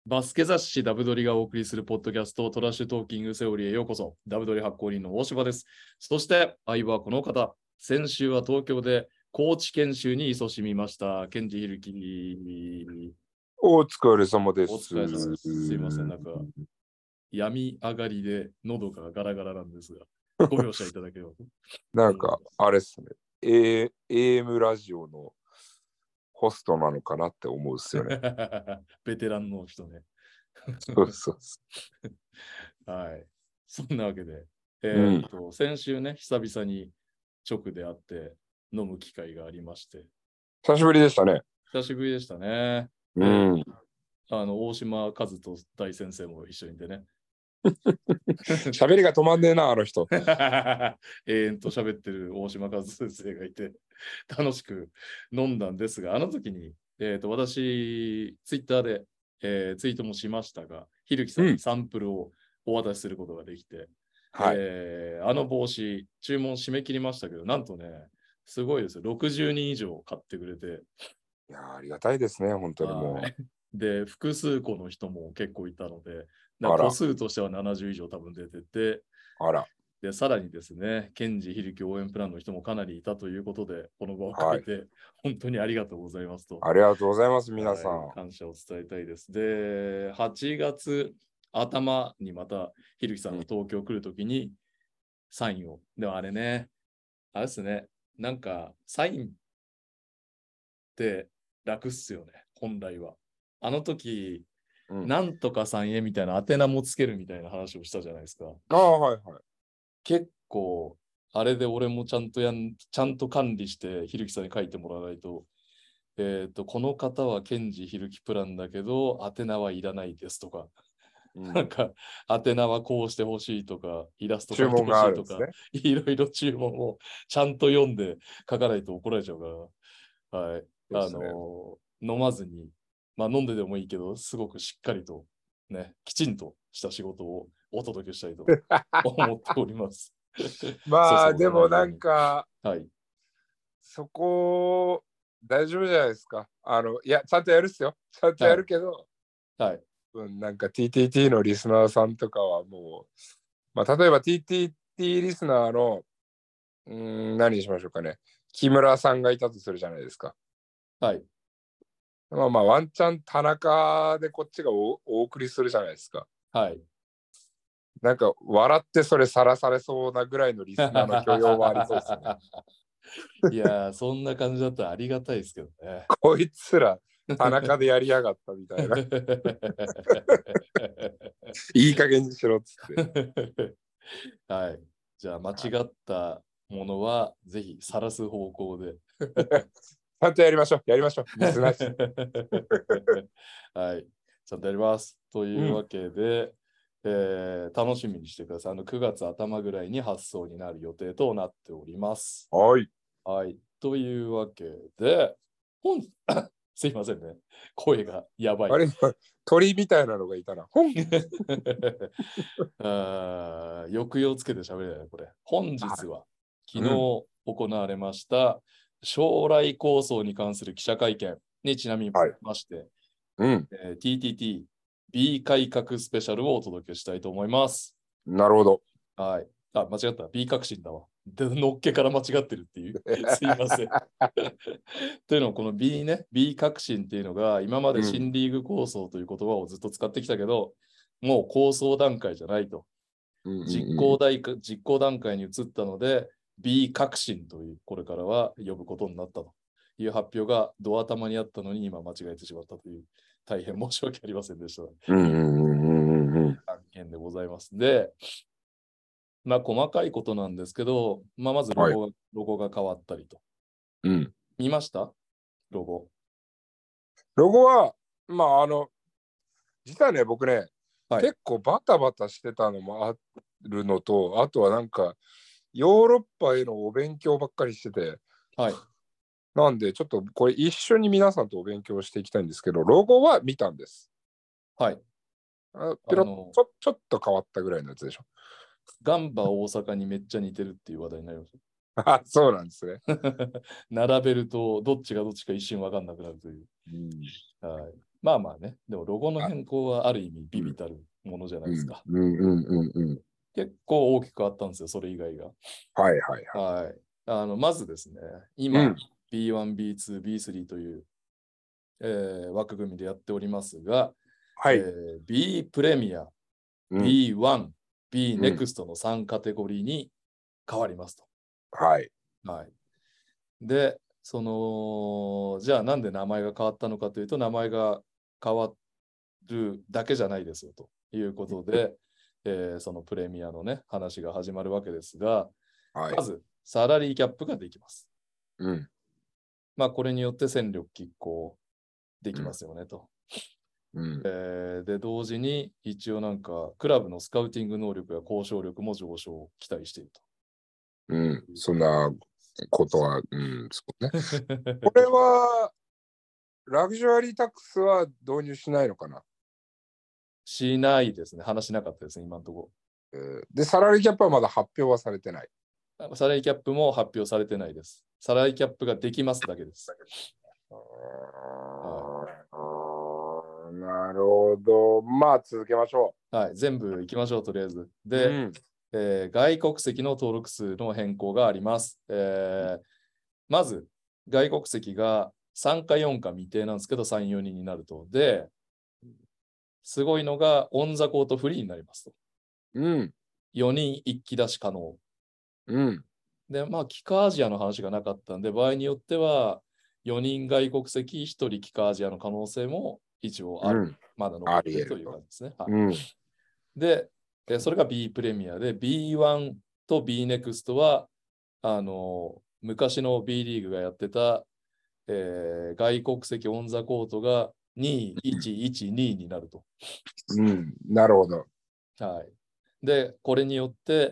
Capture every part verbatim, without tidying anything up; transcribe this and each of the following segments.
バスケ雑誌ダブドリがお送りするポッドキャストトラッシュトーキングセオリーへようこそ。ダブドリ発行人の大柴です。そして相棒はこの方。先週は東京で高知研修に勤しみました。ケンジヒルキ。 お疲れ様です。 お疲れ様です。すいません。なんか病み上がりで喉がガラガラなんですが、ご容赦いただけよう。 なんかあれっすね。A、エーエム ラジオのホストなのかなって思うっすよね。 ベテランの人ね。 そうそうそう。はい。そんなわけで、えーっと、うん、先週ね、久々に直で会って飲む機会がありまして。 久しぶりでしたね。 久しぶりでしたね。 うん。 あの、大島和人大先生も一緒にいてね。 喋りが止まんねえな、あの人。 永遠と喋ってる大島和人先生がいて、楽しく飲んだんですが、あの時に、えー、と私、ツイッターで、えー、ツイートもしましたが、ひるきさんにサンプルをお渡しすることができて、うんえーはい、あの帽子、注文締め切りましたけど、なんとね、すごいですよ。ろくじゅうにん以上買ってくれて。 いやありがたいですね、本当にもう。 で、複数個の人も結構いたので、個数としてはななじゅう以上多分出てて、 あら。 で、さらにですね、ケンジヒルキ応援プランの人もかなりいたということで、この場を借りて、はい、本当にありがとうございますと。 ありがとうございます、皆さん。 はい、感謝を伝えたいです。で、はちがつ頭にまたヒルキさんが東京来るときにサインを。でもあれね、あれですね、なんかサインって楽っすよね、本来は。あの時、うん、なんとかさんへみたいな宛名もつけるみたいな話をしたじゃないですか。 ああ、はいはい。 結構、あれで俺もちゃんとやん、ちゃんと管理して、ひるきさんに書いてもらわないと、えっと、この方はケンジひるきプランだけど、宛名はいらないですとか、うん、なんか、宛名はこうしてほしいとか、イラスト書いてほしいとか、ね、いろいろ注文をちゃんと読んで書かないと怒られちゃうから、はい。ね、あの、飲まずに、まあ飲んででもいいけど、すごくしっかりと、ね、きちんとした仕事をお届けしたいと思っております。 まあでもなんか、 はい、 そこ大丈夫じゃないですか。あのいやちゃんとやるっすよ。ちゃんとやるけど、 はい、はいうん、なんか ティーティーティー のリスナーさんとかはもう、まあ、例えば ティーティーティー リスナーのうーん何にしましょうかね。木村さんがいたとするじゃないですか。 はい。 まあまあワンチャン田中でこっちが お, お送りするじゃないですか。 はい。 なんか笑ってそれさらされそうなぐらいのリスナーの許容はありそうですよね。 いやー、そんな感じだったらありがたいですけどね。 こいつら田中でやりやがったみたいな。いい加減にしろっつって。 はい。じゃあ間違ったものはぜひ晒す方向で。 ちゃんとやりましょう。やりましょう。ミスなし。 はい。ちゃんとやります。というわけで、うんえー、楽しみにしてください。あのくがつ頭ぐらいに発送になる予定となっております。 はい。 はい。というわけで、本すいませんね。声がやばい。 あれ、鳥みたいなのがいたな。本あ抑揚つけて喋れない、これ。本日は、昨日行われました、将来構想に関する記者会見にちなみまして、はいうんえー、ティーティーティービー 改革スペシャルをお届けしたいと思います。 なるほど。 はい。あ、間違った。B 革新だわ。で、のっけから間違ってるっていう。すいません。というのは、この B ね、B 革新っていうのが、今まで新リーグ構想という言葉をずっと使ってきたけど、うん、もう構想段階じゃないと。実行代実行段階に移ったので、B 革新という、これからは呼ぶことになったという発表がドア頭にあったのに、今間違えてしまったという、大変申し訳ありませんでした。案件でございます。で、まあ、細かいことなんですけど、まあ、まずロゴが、はい、ロゴが変わったりと。 うん。 見ましたロゴ。 ロゴは、まあ、あの、実はね、僕ね、はい、結構バタバタしてたのもあるのと、あとはなんか、ヨーロッパへのお勉強ばっかりしてて、 はい。 なんで、ちょっとこれ一緒に皆さんとお勉強していきたいんですけど、ロゴは見たんです。 はい。 あピロッちょ、ちょっと変わったぐらいのやつでしょ。 ガンバ大阪にめっちゃ似てるっていう話題になりましあ、そうなんですね。 並べるとどっちがどっちか一瞬分かんなくなるという。 うん、 はい、まあまあね、でもロゴのあ、 変更はある意味うん、 ビビたるものじゃないうん、 ですか。 うん、うん、うん、うん。 結構大きくあったんですよ、それ以外が。 はい、はい、はい。 はい。あの、まずですね、今、 うん、 ビーワン、ビーツー、ビースリー という、えー枠組みでやっておりますが、 はい。 えー B プレミア、 うん、 ビーワン、B うん、 ネクストのさんカテゴリーに変わりますと。 はい。 はい。で、その、じゃあなんで名前が変わったのかというと、名前が変わるだけじゃないですよということで、えーそのプレミアのね、話が始まるわけですが、 はい。 まず、サラリーキャップができます。 うん、 まあ、これによって戦力拮抗でうん、 きますよねと。 うん、 えーで、同時に一応なんか、クラブのスカウティング能力や交渉力も上昇を期待していると。 うん。そんなことは、うん、そうね。これは、ラグジュアリータックスは導入しないのかな。 しないですね。話しなかったですね、今のとこえーで、サラリーキャップはまだ発表はされてない。 ろ。サラリーキャップも発表されてないです。サラリーキャップができますだけです。はあーなるほど。まあ、続けましょい。はい、全部いきましょう、とりあえず。 う。うで、 ん。 えー外国籍の登録数の変更があります。えーまず、外国籍がさんかよんか未定なんですけど、さん、よにんになると。で、すごいのが、オンザコートフリーになりますと。 うん。 よにん一気出し可能。 うん。 で、まあ、帰化アジアの話がなかったんで、場合によっては、よにん外国籍、ひとり帰化アジアの可能性も一応ある。 うん。 まだ残あってるとり得ると。 いう感じですね。はい、 うん。 で、それが B プレミアで、ビーワン と B ネクストは、あの、昔の B リーグがやってた、えー外国籍オンザコートがにいちいちにになると。 うん。なるほど。 はい。で、これによって、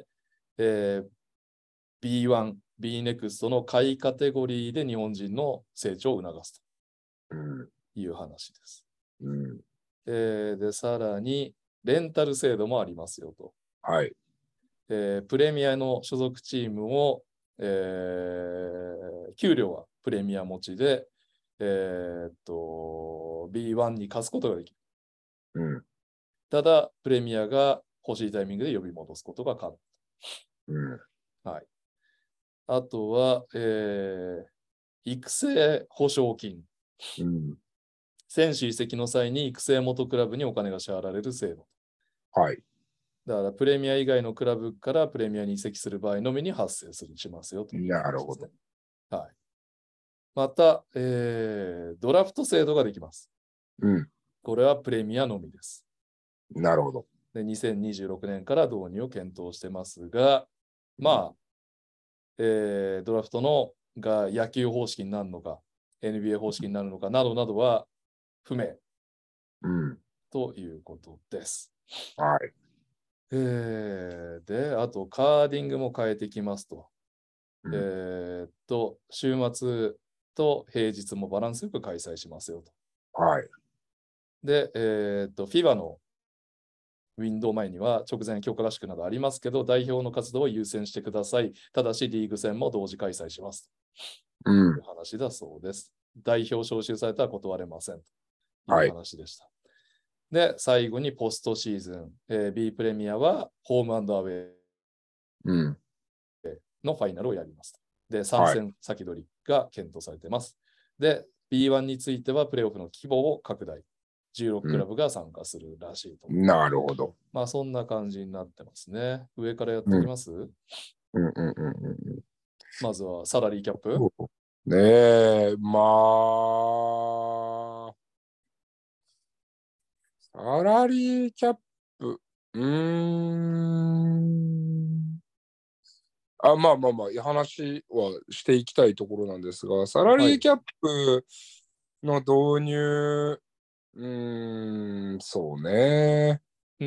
えー ビーワン、B ネクストの下位カテゴリーで日本人の成長を促すうん。 という話です。 うん。 えーで、さらに、レンタル制度もありますよと。 はい。 えープレミアの所属チームを、えー給料はプレミア持ちで、えーっと、ビーワン に貸すことができる。 うん。 ただ、プレミアが欲しいタイミングで呼び戻すことが可うん。 能。はい。あとは、えー育成保証金。 うん。 選手移籍の際に育成元クラブにお金が支払われる制度。 はい。 だから、プレミア以外のクラブからプレミアに移籍する場合のみに発生するしますよという、 なるほど。 はい。また、えードラフト制度ができます。 うん。 これはプレミアのみです。 なるほど。 で、にせんにじゅうろくねんから導入を検討してますが、まあ、えードラフトのが野球方式になるのか、エヌビーエー 方式になるのかなどなどは不明うん。 ということです。 はい。 えーで、あと、カーディングも変えてきますと。 うん。 えーっと、週末と平日もバランスよく開催しますよと。 はい。 で、えーっと、フィバ のウィンドウ前には直前強化合宿などありますけど、代表の活動を優先してください。ただし、リーグ戦も同時開催します。 う。 というん話だそうです。代表招集されたら断れませんというはい。 話でした。で、最後にポストシーズン、えー B プレミアはホームアンドアウェイうん。 のファイナルをやります。で、参はい。 戦先取りが検討されています。で、ビーワン についてはプレーオフの規模を拡大。じゅうろくクラブが参加するらしいと。 なるほど。 まあ、そんな感じになってますね。上からやっていきます、 うんうんうんうんまずはサラリーキャップ。 うん。ねえ、まあ、サラリーキャップ、うーん。あ、まあまあまあ、話はしていきたいところなんですが、サラはい。 リーキャップの導入、うーん、そうね。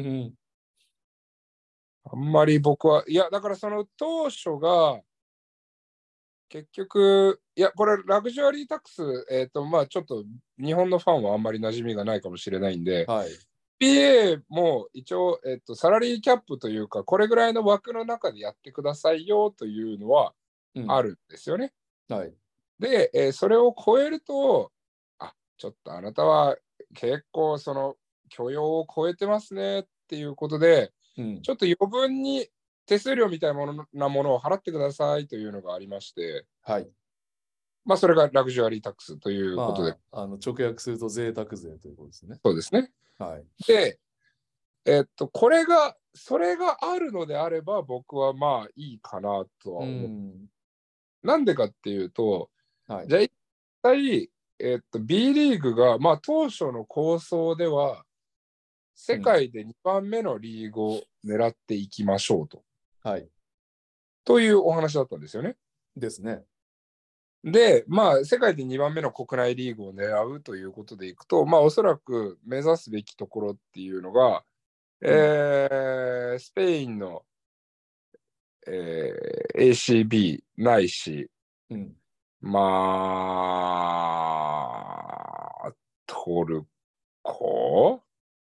あんまり僕は、いや、だからその当初が、結局、いや、これ、ラグジュアリータックス、えっと、まあ、ちょっと日本のファンはあんまり馴染みがないかもしれないんで、 はい。 ピーエー も一応、えっと、サラリーキャップというか、これぐらいの枠の中でやってくださいよというのはあるんですよね。 うん、はい。 で、えーそれを超えると、あ、ちょっとあなたは結構その許容を超えてますねっていうことで、 うん、 ちょっと余分に手数料みたいなものなものを払ってくださいというのがありまして、 はい。 まあ、それがラグジュアリータックスということで、 まあ、あの直訳すると贅沢税ということですね。 そうですね。 はい。 で、えっと、これが、それがあるのであれば、僕はまあいいかなとはう思う。 ん。 なんでかっていうと、 はい。 じゃあ一体、えっと、B リーグが、まあ当初の構想では、世うん。 界でにばんめのリーグを狙っていきましょうと。 はい。 というお話だったんですよね。 ですね。 で、まあ、世界でにばんめの国内リーグを狙うということでいくと、まあ、おそらく目指すべきところっていうのが、 うん。 えースペインの、えー エーシービー ないし、 うん。 まあ、トルコ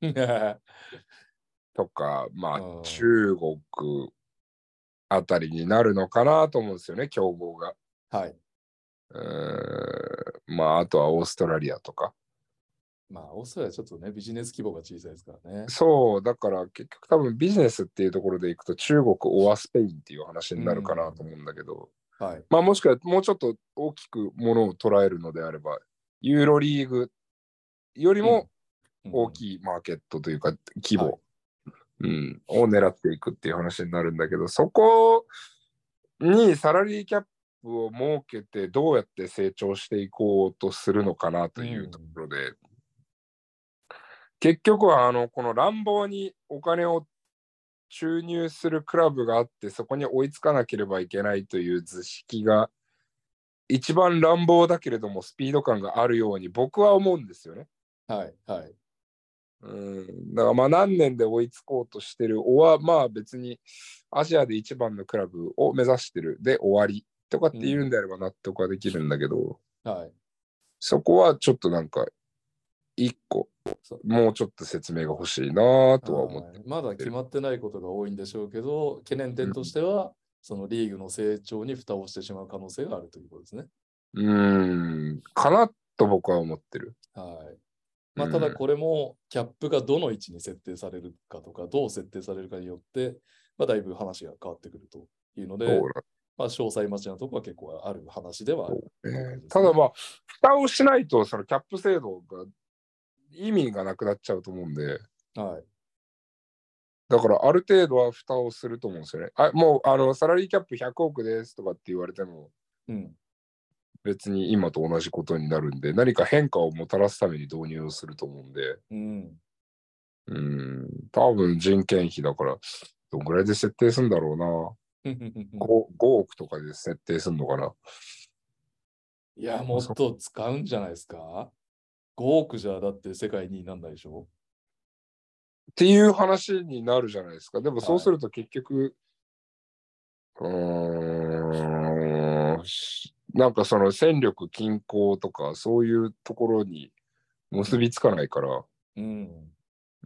とか、まあ、 うん中国あたりになるのかなと思うんですよね、競合が。 はい。 うーん、まあ、あとはオーストラリアとか。 まあ、オーストラリアはちょっとね、ビジネス規模が小さいですからね。 そう、だから結局多分ビジネスっていうところでいくと中国、オアスペインっていう話になるかなと思うんだけど、 はい。 まあもしくはもうちょっと大きくものを捉えるのであれば、ユーロリーグよりうん。 もうん、 大きいマーケットというか規はい。 模、うん、を狙っていくっていう話になるんだけど、そこにサラリーキャップを設けてどうやって成長していこうとするのかなというところで、結局はあのこの乱暴にお金を注入するクラブがあって、そこに追いつかなければいけないという図式が一番乱暴だけれどもスピード感があるように僕は思うんですよね。 はい。はい。 うん、だからまあ何年で追いつこうとしてるおはまあ別にアジアで一番のクラブを目指してるで終わりとかっていうんであれば納得はできるんだけど、 はい。 そこはちょっとなんか一個もうちょっと説明が欲しいなとは思っはい。まだてる。 決まってないことが多いんでしょうけど、懸念点としては、そのリーグの成長に蓋をしてしまう可能性があるということですね。 うん、んかなと僕は思ってる。 はい。まあ、ただうん、 これもキャップがどの位置に設定されるかとか、どう設定されるかによって、まあ、だいぶ話が変わってくるというので、 そうだまあ、詳細待ちなところは結構ある話ではあるそうという感ね。 じですね。 ただまあ、蓋をしないと、そのキャップ制度が意味がなくなっちゃうと思うんで、 はい。 だからある程度は蓋をすると思うんですよね。あもうあのサラリーキャップひゃくおくですとかって言われても、 うん。 別に今と同じことになるんで、何か変化をもたらすために導入をすると思うんで、 うん。 うん、多分人件費だから、どんぐらいで設定するんだろうな。ご, ごおくとかで設定するのかな。 いや、もっと使うんじゃないですか？ ご 億じゃだって世界にいなんないでしょ？ っていう話になるじゃないですか。でもそうはい。 すると結局、うーん、なんかその戦力均衡とかそういうところにうん。 結びつかないから、 うん。 うん、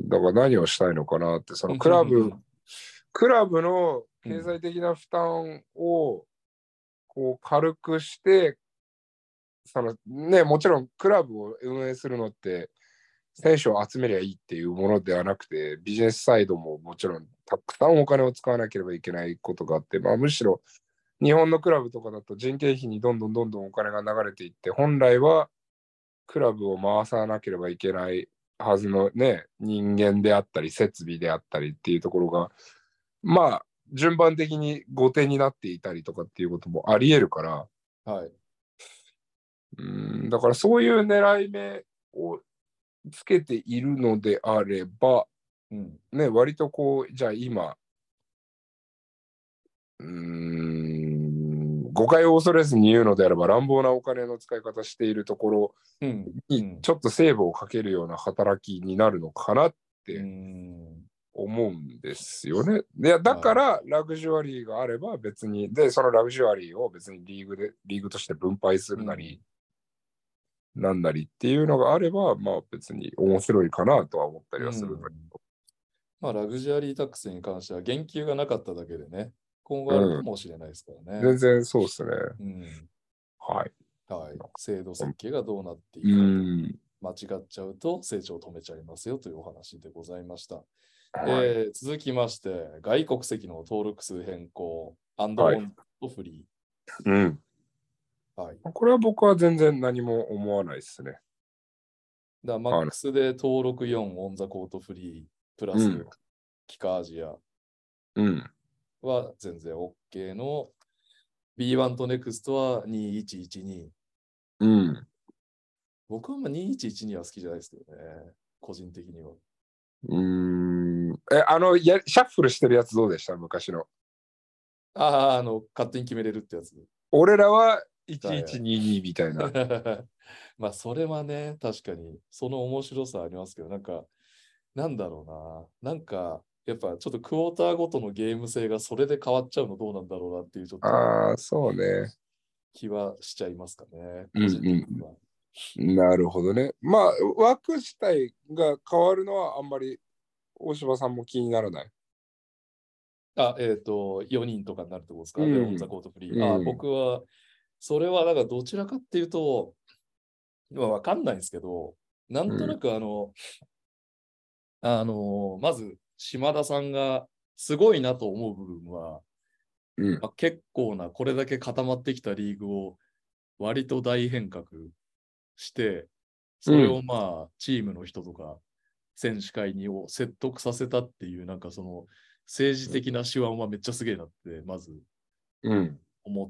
だから何をしたいのかなって、そのクラブ、クラブの経うん。 済的な負担をこう軽くして、そのね、もちろんクラブを運営するのって選手を集めりゃいいっていうものではなくて、ビジネスサイドももちろんたくさんお金を使わなければいけないことがあって、まあ、むしろ日本のクラブとかだと人件費にどんどんどんどんお金が流れていって、本来はクラブを回さなければいけないはずのね、人間であったり、設備であったりっていうところが、まあ、順番的に後手になっていたりとかっていうこともあり得るから、 はい。 うん、だからそういう狙い目をつけているのであれば、 うん。 ね、割とこう、じゃあ今、うーん、誤解を恐れずに言うのであれば、乱暴なお金の使い方しているところうん。うに、 ん。 ちょっとセーブをかけるような働きになるのかなっうてん。 思うんですよね。で、だはい。 から、ラグジュアリーがあれば別に、で、そのラグジュアリーを別にリーグで、リーグとして分配するなり、 うん。 なんなりっていうのがあれば、まあ別に面白いかなとは思ったりうはするんだけん。まあ、ラグジュアリータックスに関しては言及がなかっただけでね、 今後あるかもしれないですからね。 全然そうですね。 うん。 はい。 はい。制度設計がどうなっていくうかと。 ん。 間違っちゃうと成長を止めちゃいますよというお話でございました。 はい。 えー続きまして、外国籍の登録数変更、アンドはいオンとフリうん。 ー。はい。 これは僕は全然何も思わないですね。 だマックスで登録よん、オンザコートフリー、プラス、 うん。 キカアジアうん。 は全然 OK の、ビーワン とネクストはにいちいちに。 うん。 僕はまあにいちいちには好きじゃないですけどね、個人的には。 うーん。え、あのや、シャッフルしてるやつどうでした昔の。 ああ、あの、勝手に決めれるってやつ。 俺らはいちいちににみたいな。 まあ、それはね、確かに、その面白さありますけど、なんか、なんだろうな。なんか、やっぱちょっとクォーターごとのゲーム性がそれで変わっちゃうのどうなんだろうなっていうちょっとああ、そうね。 気はしちゃいますかね、 うん個人的には。 うん。なるほどね。まあ、枠自体が変わるのはあんまり大柴さんも気にならない。 あ、えっ、と、よにんとかになるってことですか、で、オンザうん。 コートフリー。あ、 うん。 僕は、それは、なんかどちらかっていうと、まあ、わかんないんですけど、なんとなくあの、あのまず、島田さんがすごいなと思う部分は、 うん。 まあ、結構な、これだけ固まってきたリーグを割と大変革して、それをうん。 まあ、チームの人とか、選手会にを説得させたっていう、なんかその、政治的な手腕はめっちゃすげえなって、まずうん。 思って、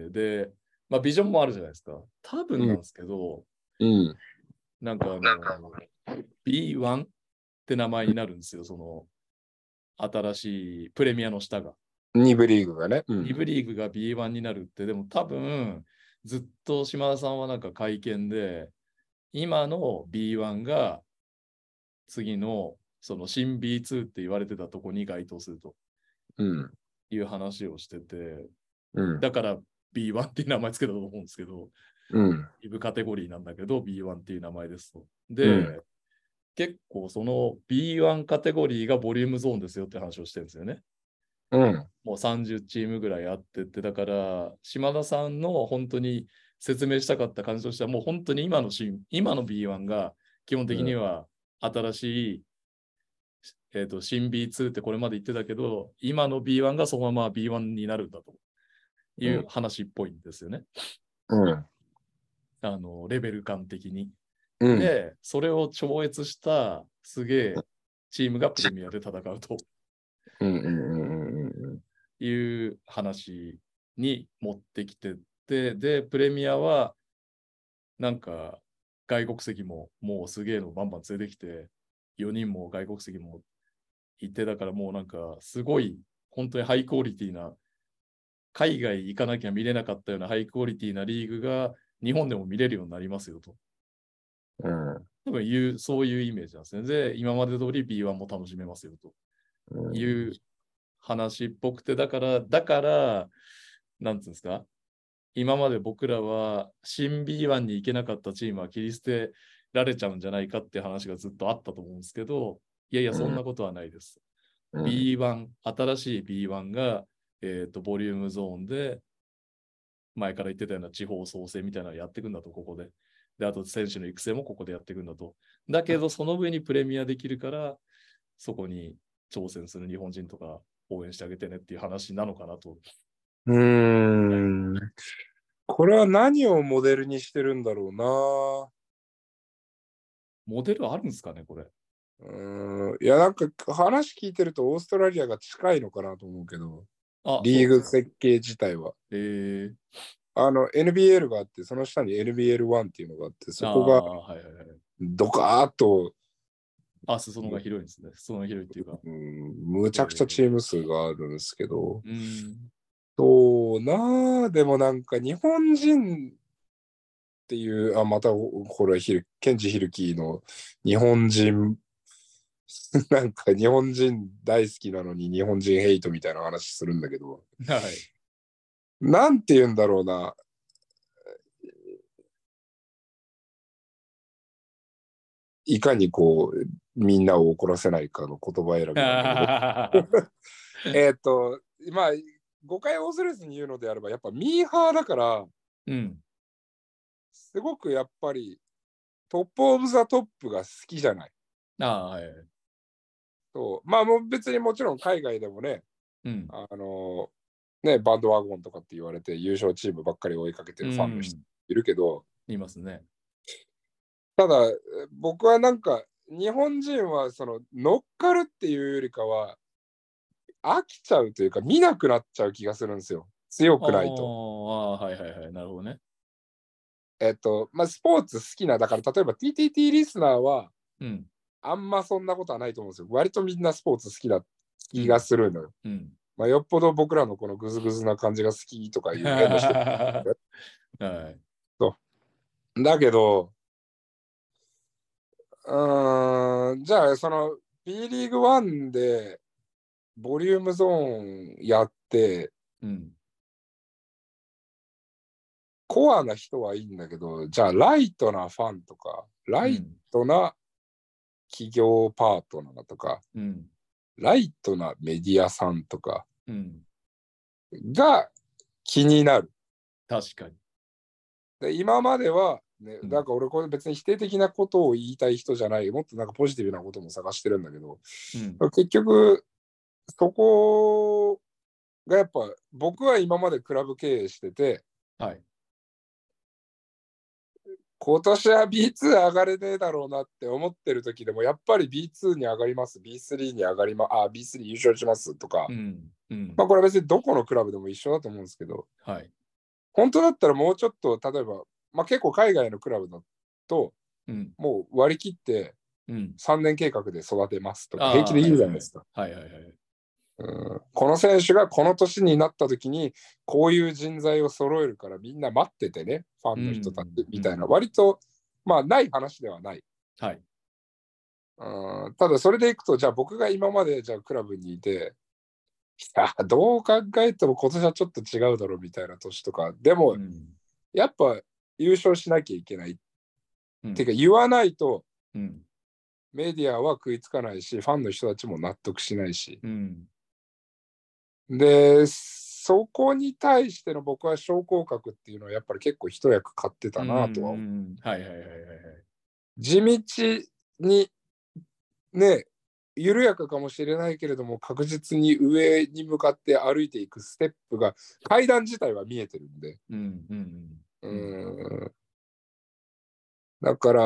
で、まあ、ビジョンもあるじゃないですか。多分うん。 なんですけど、 うん。 なんかあの、ビーワン って名前になるんですよ、その、新しいプレミアの下が。 に部リーグがね。うにん。 部リーグが ビーワン になるって、でも多分、ずっと島田さんはなんか会見で、今の ビーワン が次のその新 ビーツー って言われてたとこに該当するとうん。 いう話をしてて、 うん。 だから ビーワン っていう名前つけたと思うんですけど、 うん。 イブカテゴリーなんだけど ビーワン っていう名前ですと。 うん。 で、結構その ビーワン カテゴリーがボリュームゾーンですよって話をしてるんですよね。 うん。 もうさんじゅうチームぐらいあってって、だから島田さんの本当に説明したかった感じとしては、もう本当に今のシ今の ビーワン が基本的には新しい、えーと、新 ビーツー ってこれまで言ってたけど、今の ビーワン がそのまま ビーワン になるんだという話っぽいんですよね。 うん。 あの、レベル感的に。 うん。 で、それを超越したすげえチームがプレミアで戦うとうんうんうんうんいう話に持ってきてって、で、プレミアはなんか外国籍ももうすげえのバンバン連れてきて、よにんも外国籍もいて、だからもうなんかすごい本当にハイクオリティな、海外行かなきゃ見れなかったようなハイクオリティなリーグが日本でも見れるようになりますよと。 うん。 多分いう、そういうイメージなんですね。で、今まで通り ビーワン も楽しめますよという話っぽくて、だから、だから、なんつうんですか、今まで僕らは新 ビーワン に行けなかったチームは切り捨てられちゃうんじゃないかって話がずっとあったと思うんですけど、いやいや、そんなことはないです。 うん。 ビーワン、新しい ビーワン が、えっと、ボリュームゾーンで、前から言ってたような地方創生みたいなのをやっていくんだと、ここで。で、あと選手の育成もここでやっていくんだと。だけど、その上にプレミアできるから、そこに挑戦する日本人とか応援してあげてねっていう話なのかなと。 うーん。これは何をモデルにしてるんだろうな。 モデルあるんですかね、これ。 うーん。いや、なんか話聞いてるとオーストラリアが近いのかなと思うけど、 あ、 リーグ設計自体は。 えー、 あの エヌビーエル があって、その下に エヌビーエルワン っていうのがあって、そこがああ、はいはいはい。 ドカーッと、 あ、裾野が広いんですね。裾野が広いっていうか。 うん、むちゃくちゃチーム数があるんですけど、 うん。 そうなあ、でもなんか日本人っていう、あ、またこれはヒル、ケンジ・ヒルキーの日本人、なんか日本人大好きなのに日本人ヘイトみたいな話するんだけど、 はい。 なんて言うんだろうな。いかにこう、みんなを怒らせないかの言葉選びなんだけど。えっと、まあ、 誤解を恐れずに言うのであれば、やっぱミーハーだから、 うん。 すごくやっぱりトップオブザトップが好きじゃない。 ああ、はい。 そうまあもう別にもちろん海外でもね、 うん。 あのね、バンドワゴンとかって言われて優勝チームばっかり追いかけてるファンの人いるけど、 いますね。 ただ僕はなんか日本人はその乗っかるっていうよりかは飽きちゃうというか見なくなっちゃう気がするんですよ。強くないと。 ああ、はいはいはい。なるほどね。 えっと、まあ、スポーツ好きな、だから例えば ティーティーティー リスナーは、 うん。 あんまそんなことはないと思うんですよ。割とみんなスポーツ好きな気がうん。 するのよ。 うん。 まあ、よっぽど僕らのこのグズグズな感じが好きとかいう変な人。 はい。 そうだけど、うーん、じゃあその B リーグワンでボリュームゾーンやって、 うん。 コアな人はいいんだけど、じゃあライトなファンとか、ライトな企業パートナーとか、 うん。 ライトなメディアさんとかうん。 が気になる。 確かに。 で今までは、ね、 うん。 なんか俺これ別に否定的なことを言いたい人じゃない、もっとなんかポジティブなことも探してるんだけど、 うん。 結局そこがやっぱ僕は今までクラブ経営してて、 はい。 今年は ビーツー 上がれねえだろうなって思ってる時でもやっぱり ビーツー に上がります、 ビースリー に上がります、あ ビースリー 優勝しますとか、 うん。うん。 まあこれは別にどこのクラブでも一緒だと思うんですけど、 はい。 本当だったらもうちょっと例えば、まあ、結構海外のクラブだとうん。 もう割り切ってうん。 さんねん計画で育てますとか平気ああ、 で言うはいはいはい。 じゃないですか。 はいはいはい。 うん、この選手がこの年になった時にこういう人材を揃えるからみんな待っててね、ファうンの人たちん。 みたいな、 うん。 割とまあない話ではない。 はい。 うん、ただそれでいくと、じゃあ僕が今までじゃあクラブにいて、いやどう考えても今年はちょっと違うだろうみたいな年とかでも、 うん。 やっぱ優勝しなきゃいけないっうん。 ていうか言わないとうん。 メディアは食いつかないし、ファンの人たちも納得しないし。 うん。 で、そこに対しての僕は昇降格っていうのはやっぱり結構一役買ってたうん。 なとは思う。 うん。はいはいはいはいはい。 地道にね、緩やかかもしれないけれども、確実に上に向かって歩いていくステップが、階段自体は見えてるんで。 うん。うん。 ううん。 ーん。だから、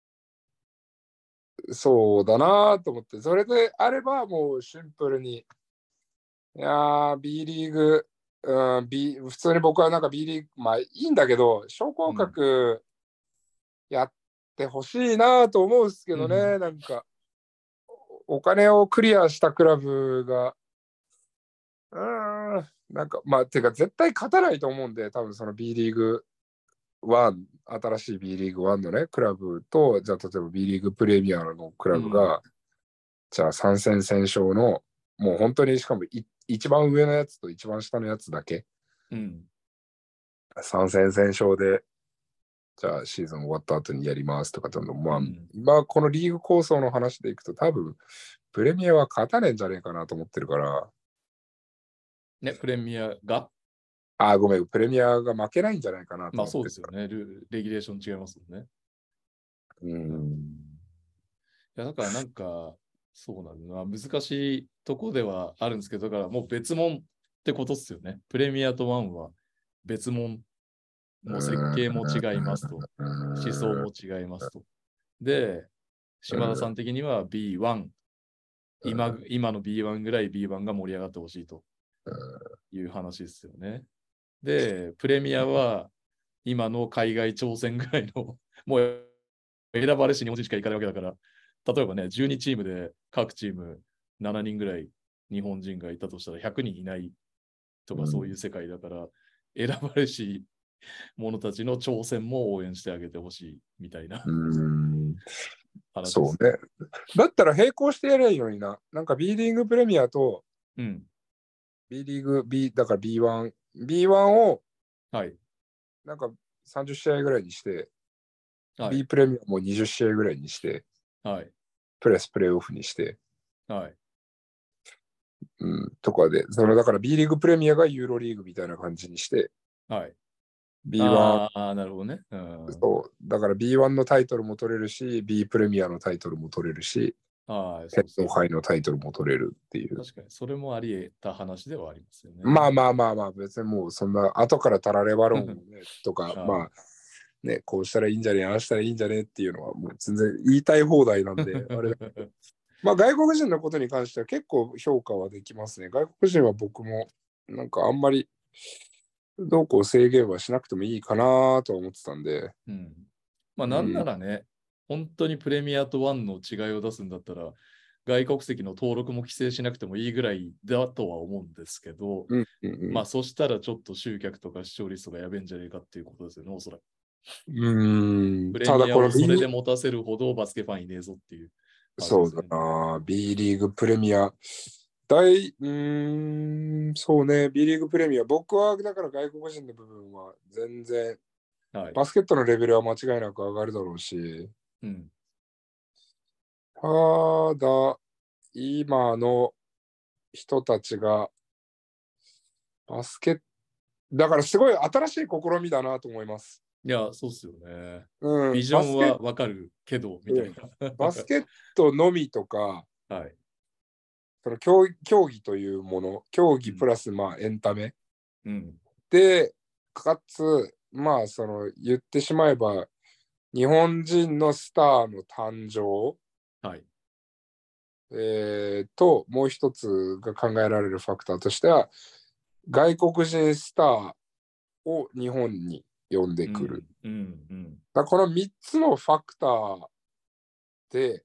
そうだなと思って、それであればもうシンプルに、いやー、B リーグ、うん、B、普通に僕はなんか B リーグ、まあいいんだけど、昇降格やってほしいなと思うんですけうん。 どね、なんか、お金をクリアしたクラブが、うーん、なんか、まあ、てか絶対勝たないと思うんで、多分その B リーグワン、新しい B リーグワンのね、クラブと、じゃあ例えば B リーグプレミアのクうん。 ラブが、じゃあさん戦先勝の、もう本当にしかもい一番上のやつと一番下のやつだけ、 うん。 さん戦先勝で、じゃあシーズン終わった後にやりますとかとの、まあ、 うん。 今このリーグ構想の話でいくと多分、プレミアは勝たねえんじゃねえかなと思ってるから、 ね、プレミアが、 あ、ごめん、プレミアが負けないんじゃないかなとまあ思ってる。 そうですよね。ルレギュレーション違いますもんね。 ううん。 ん。 いや、だからなんか、そうなんだな。難しいとこではあるんですけど、だからもう別物ってことっすよね。プレミアとワンは別物。もう設計も違いますと。思想も違いますと。で、島田さん的には ビーワン、今、今の ビーワン ぐらい ビーワン が盛り上がってほしいという話ですよね。で、プレミアは今の海外挑戦ぐらいの、もう選ばれし日本人しか行かないわけだから、例えばね、じゅうにチームで各チームしちにんぐらい日本人がいたとしたらひゃくにんいないとかそういう世界だから、選ばれし者たちの挑戦も応援してあげてほしいみたいなうん話です。 そうね。だったら並行してやればいいのにな。なんか B リーグプレミアとうん。 B リーグ B、だから ビーワン、ビーワン をはい。 なんかさんじゅっ試合ぐらいにして、 はい。 B プレミアもにじゅっ試合ぐらいにして、 はい。 プレスプレーオフにして、 はい。 うん、とかで、そのだから B リーグプレミアがユーロリーグみたいな感じにして、 はい。 ビーワン、 ああ、なるほどね。うん、 そう、だから ビーワン のタイトルも取れるし、B プレミアのタイトルも取れるし、 ああ、そうそう。 天皇杯のタイトルも取れるっていう。 確かに、それもあり得た話ではありますよね。 まあまあまあまあ、別にもうそんな後からたられば論をね、とか、 はい、 まあ、ね、こうしたらいいんじゃねえ、ああしたらいいんじゃねえっていうのはもう全然言いたい放題なんで、あれだけど。まあ外国人のことに関しては結構評価はできますね。外国人は僕もなんかあんまりどうこう制限はしなくてもいいかなと思ってたんで。 うん、まあなんならね、うん、本当にプレミアとワンの違いを出すんだったら、外国籍の登録も規制しなくてもいいぐらいだとは思うんですけど、 うんうんうん、 まあそしたらちょっと集客とか視聴率とかやべえんじゃねえかっていうことですよね、おそらく。 うん、 プレただこのミアをそれ B、 で持たせるほどバスケファンいねえぞっていう話そうだですね。 な、B リーグプレミア。大、うーん、そうね、B リーグプレミア。僕はだから外国人の部分は全然、 はい。 バスケットのレベルは間違いなく上がるだろうし、 うん。 ただ、今の人たちがバスケット、だからすごい新しい試みだなと思います。 いや、そうっすよね。 うん、 ビジョンバスケット、 はわかるけど、みたうん、 いな。 バスケットのみとか、 はい。 その競技競技というもの、競うん。 技プラスまあエンタメうん。 で、かつ、まあその言ってしまえば、日本人のスターの誕生、 はい。 えー、と、もう一つが考えられるファクターとしては、外国人スターを日本に呼んでくる。 うん。うん。うん。 だこのみっつのファクターで、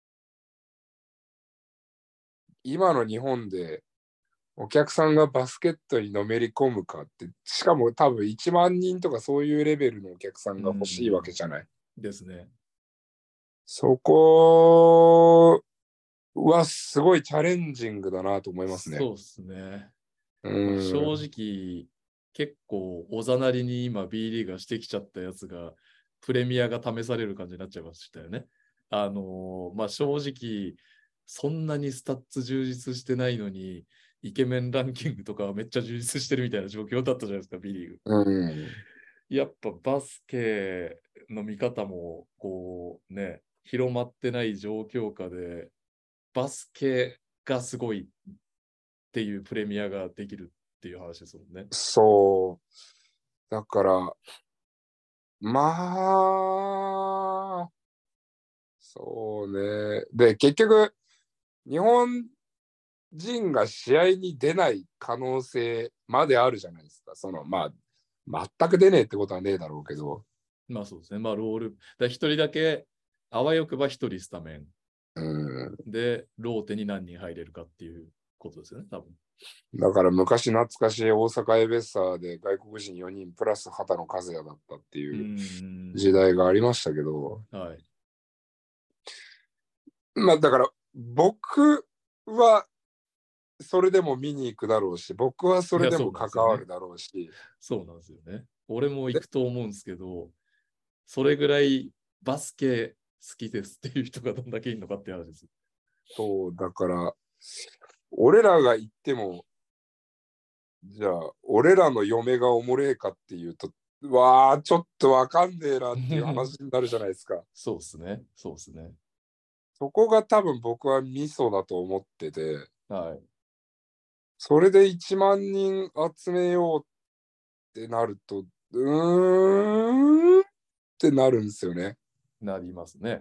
今の日本でお客さんがバスケットにのめり込むかって、しかも多分いちまんにんとかそういうレベルのお客さんが欲しいわけじゃない。 ですね。 そこはすごいチャレンジングだなと思いますね。 そうっすね。 うまあ、正ん。 直、結構おざなりに今 B リーガーしてきちゃったやつが、プレミアが試される感じになっちゃいましたよね。あのーまあ正直、そんなにスタッツ充実してないのに、イケメンランキングとかはめっちゃ充実してるみたいな状況だったじゃないですか、B リーグ。 うん。 やっぱバスケの見方も、こうね、広まってない状況下で、バスケがすごいっていうプレミアができるっていう話ですもんね。 そう。だから、まあ、そうね。で、結局、日本人が試合に出ない可能性まであるじゃないですか。その、まあ、全く出ねえってことはねえだろうけど。 まあそうですね。まあロール。だ一人だけ、あわよくば一人スタメンうん。 で、ローテに何人入れるかっていうことですよね、多分。 だから昔懐かしい大阪エベッサーで外国人よにんプラス畑野和也だったってういう時ん。 代がありましたけど、 はい。 まあだから僕はそれでも見に行くだろうし、僕はそいや、 れでそうも関わなんですよね。 るだろうし、 そうなんですよね。俺も行で、 くと思うんですけど、それぐらいバスケ好きですっていう人がどんだけいるのかって話です。 そう、だから、俺らが行っても、じゃあ、俺らの嫁がおもれえかっていうと、わあ、ちょっとわかんねえなっていう話になるじゃないですか。 そうですね。そうですね。 そこが多分僕はミソだと思ってて、 はい。 それでいちまんにん集めようってなると、うーんってなるんですよね。 なりますね。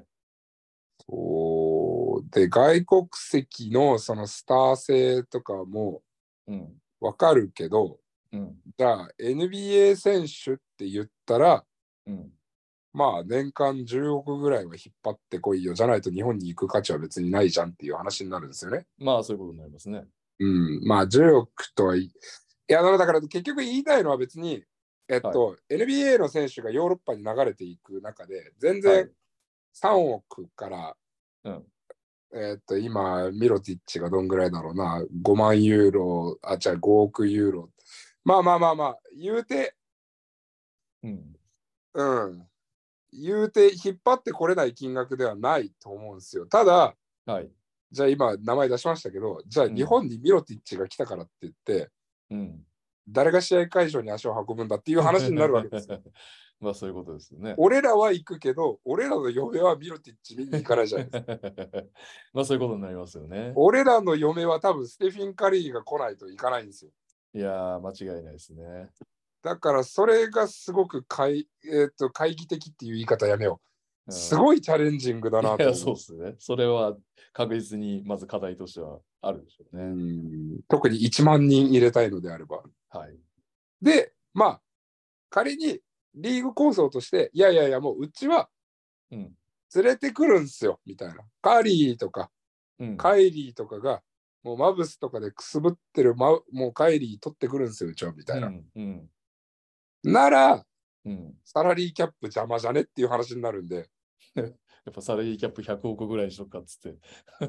そうで、外国籍のそのスター性とかもうん。 わかるけど、 うん。 じゃあ エヌビーエー 選手って言ったら、 うん。 まあ年間じゅうおくぐらいは引っ張ってこいよ。じゃないと日本に行く価値は別にないじゃんっていう話になるんですよね。 まあ、そういうことになりますね。 うん。まあじゅうおくとはいい。いや、だから結局言いたいのは別に、えっはい。 と、エヌビーエー の選手がヨーロッパに流れていく中で、全然はい。 さんおくから、 うん。 えっと、今、ミロティッチがどんぐらいだろうな、ごまんユーロ、あ、じゃあごおくユーロ。まあまあまあまあ、言うて、 うん。 うん。言うて引っ張ってこれない金額ではないと思うんですよ。ただ、 はい。 じゃあ今名前出しましたけど、じゃあ日本にミロティッチが来たからって言って、 うん、 誰が試合会場に足を運ぶんだっていう話になるわけですよ。 まあそういうことですよね。 俺らは行くけど、俺らの嫁はミロティッチ見に行かないじゃないですか。 まあそういうことになりますよね。 俺らの嫁は多分ステフィン・カリーが来ないと行かないんですよ。 いやー、間違いないですね。 だからそれがすごく懐、えー、と懐疑的っていう言い方やめよう。すごいチャレンジングだなと思う。 いや、そうですね。それは確実にまず課題としてはあるでしょうね。 うん特にいちまんにん入れたいのであれば。 はい。 で、まあ、仮にリーグ構想として、いやいやいや、もううちは連れてくるんすよ、みたいな。カリーとか、うん、カイリーとかが、もうマブスとかでくすぶってる、ま、もうカイリー取ってくるんすよ、うちは、みたいな。うんうん、なら、うん、サラリーキャップ邪魔じゃねっていう話になるんで。 やっぱサラリーキャップひゃくおくぐらいにしとくかっつって。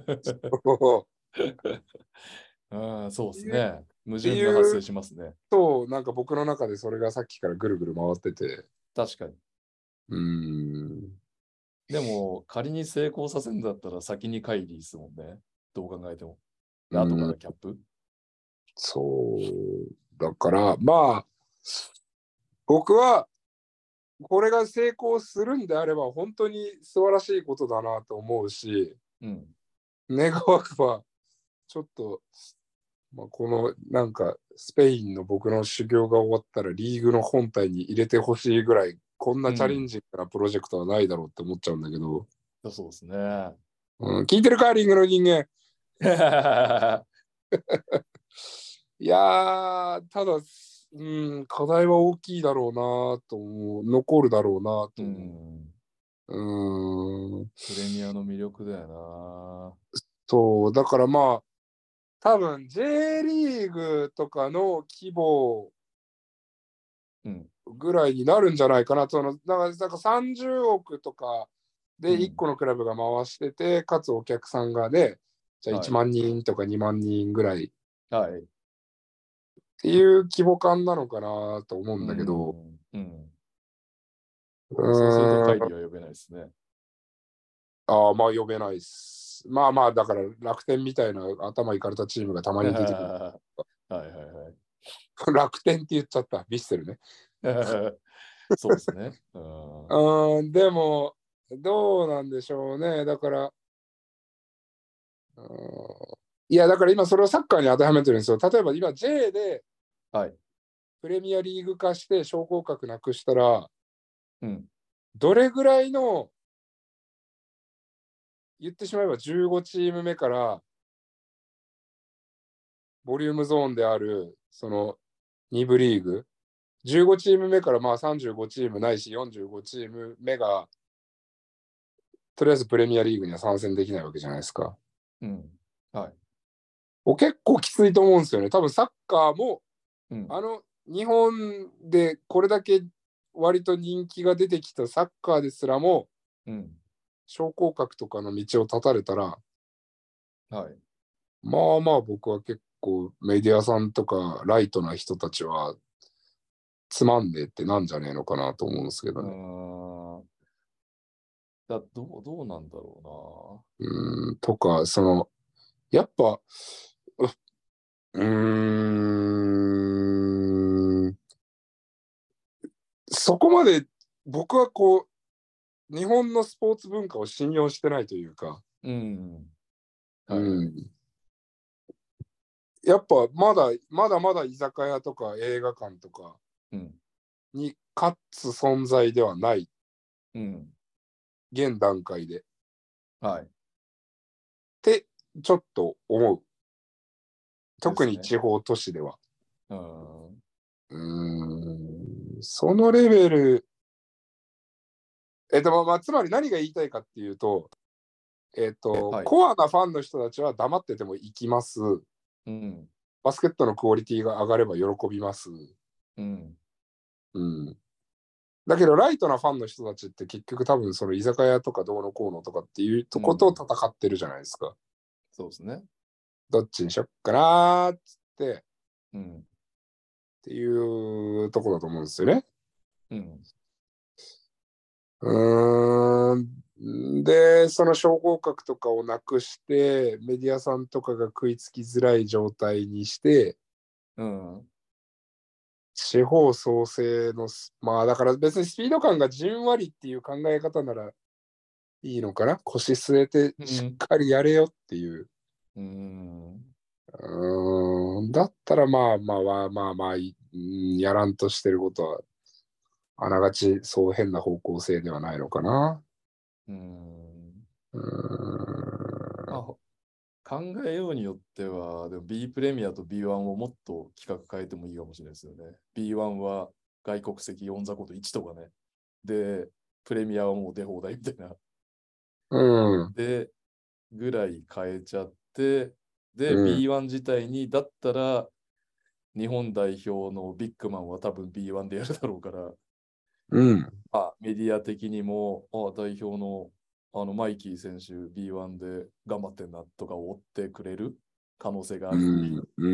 あそうですね。矛盾が発生しますね。 そう、なんか僕の中でそれがさっきからぐるぐる回ってて。 確かに。 うーん。 でも、仮に成功させるんだったら先にカイリーですもんね。どう考えても。で、後からキャップ。 そう。だから、まあ、僕は、これが成功するんであれば、本当に素晴らしいことだなと思うし、うん、願わくば、ちょっと、まあ、このなんかスペインの僕の修行が終わったらリーグの本体に入れてほしいぐらい、こんなチャレンジングなプロジェクトはないだろうって思っちゃうんだけど。 うん、そうですね、 うん。聞いてるカーリングの人間。いやー、ただ、うん、課題は大きいだろうなと思う。残るだろうなと思う。うん。 プレミアの魅力だよな。 そう、だからまあ、多分 J リーグとかの規模ぐらいになるんじゃないかな。そのだからなんかさんじゅうおくとかでいっこのクラブが回してて、うん、かつお客さんがね、じゃあいちまんにんとかにまんにんぐらい、はい、っていう規模感なのかなと思うんだけど。うん。 うん、そうすると会議は呼べないですね。 ああ、まあ呼べないです。まあまあ、だから楽天みたいな頭いかれたチームがたまに出てくる。はいはいはい。楽天って言っちゃった、ヴィッセルね。 そうですね。 うん、でも、どうなんでしょうね。だから、うん、いや、だから今それをサッカーに当てはめてるんですよ。例えば今 J で、はい、プレミアリーグ化して昇降格なくしたら、うん、どれぐらいの、言ってしまえばじゅうごチーム目から、ボリュームゾーンである、そのに部リーグ、じゅうごチーム目からまあさんじゅうごチームないしよんじゅうごチーム目が、とりあえずプレミアリーグには参戦できないわけじゃないですか。うん。はい。お結構きついと思うんですよね。多分サッカーも、うん、あの日本でこれだけ割と人気が出てきたサッカーですらも、うん、昇降格とかの道を断たれたら、はい、まあまあ僕は結構メディアさんとかライトな人たちはつまんでってなんじゃねえのかなと思うんですけどね。 だどうどうなんだろうな。うん、とか、その、やっぱ、うーん、そこまで僕はこう、日本のスポーツ文化を信用してないというか、うん。はいはい、うん、やっぱまだ、まだまだ居酒屋とか映画館とかに勝つ存在ではない。うん、現段階で。はい。ってちょっと思う。特に地方都市では。で、ね、うん、そのレベル、えっと、まあ、つまり何が言いたいかっていうと、えっと、はい、コアなファンの人たちは黙ってても行きます。うん、バスケットのクオリティが上がれば喜びます。うん。うん。だけど、ライトなファンの人たちって結局多分その居酒屋とかどうのこうのとかっていうとこと戦ってるじゃないですか。うん、 そうですね。どっちにしよっかなーっつって、うん、っていうとこだと思うんですよね。うん。うーん。で、 で、その昇降格とかをなくして、メディアさんとかが食いつきづらい状態にして、 うん。 地方創生の、まあだから別にスピード感がじんわりっていう考え方ならいいのかな。腰据えてしっかりやれよっていう。 うん。 うーんだったらまあまあまあまあまあ、やらんとしてることは、あながちそう変な方向性ではないのかな。 うん。 うーんまあ、考えようによっては、でも B プレミアと ビーワン をもっと企画変えてもいいかもしれないですよね。ビーワン は外国籍オンザコートいちとかね。で、プレミアはもう出放題みたいな。 うん。 で、ぐらい変えちゃって、で、 うん。 ビーワン 自体に、だったら、日本代表のビッグマンは多分 ビーワン でやるだろうから、 うん。 あ、メディア的にも、あ、代表のあのマイキー選手 ビーワン で頑張ってんなとかを追ってくれる可能性があうる。 ん。うん。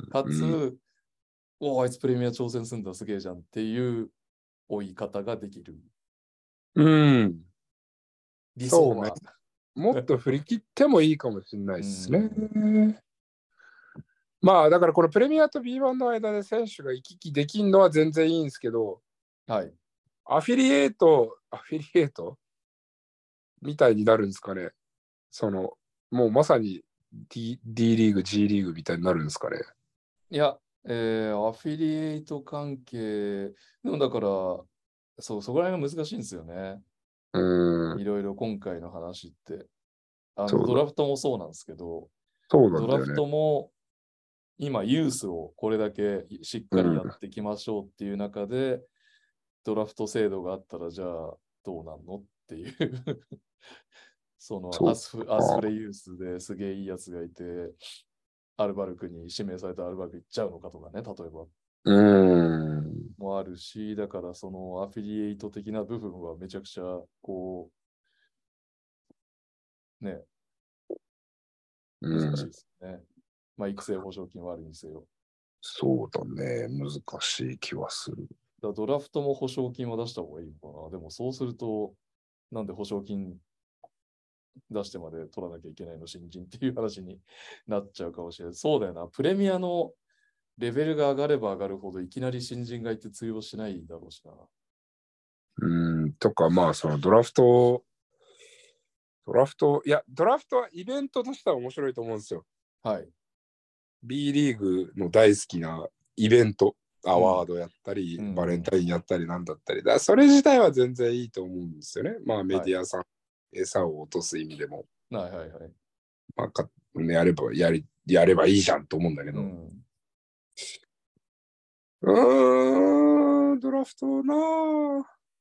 かうん。 つ、おあいつプレミア挑戦するんだ、すげえじゃんっていう追い方ができる。 うん。 理想そうね。 は。 もっと振り切ってもいいかもしれないうですね。 ん。 まあだからこのプレミアと ビーワン の間で選手が行き来できるのは全然いいんですけど、 はい。 アフィリエイト、アフィリエイトみたいになるんですかね。その、もうまさに D, D リーグ、G リーグみたいになるんですかね。 いや、えーアフィリエイト関係、でもだから、そう、そこら辺が難しいんですよね。 うん。 いろいろ今回の話って。あの、 そうだ。 ドラフトもそうなんですけど、 そうなドラフんだよね。 トも今、ユースをこれだけしっかりやっうん。 ていきましょうっていう中で、ドラフト制度があったら、じゃあどうなんのっていうそのそうアスフ、アスフレユースですげえいいやつがいて、アルバルクに指名されたアルバルク行っちゃうのかとかね、例えば。 うーん。 もあるし、だからそのアフィリエイト的な部分はめちゃくちゃ、こう、ね、 う難しいん。 ですよね。まあ、育成保証金はあるにせよ。 そうだね。難しい気はする。 だドラフトも保証金は出した方がいいのかな。でもそうすると、なんで保証金出してまで取らなきゃいけないの、新人っていう話になっちゃうかもしれない。そうだよな。プレミアのレベルが上がれば上がるほど、いきなり新人がいて通用しないだろうしな。 うん。とか、まあ、そのドラフト、ドラフト、いや、ドラフトはイベントとしては面白いと思うんですよ。 はい。 B リーグの大好きなイベント、アうん。 ワードやったり、 うんうん。 バレンタインやったりなんだったり、だそれ自体は全然いいと思うんですよね。まあメはい。 ディアさん、餌を落とす意味でも、 はいはいはい。 まあかやればやり、やればいいじゃんと思うんだけど。 うん。 うーん、ドラフトなぁ。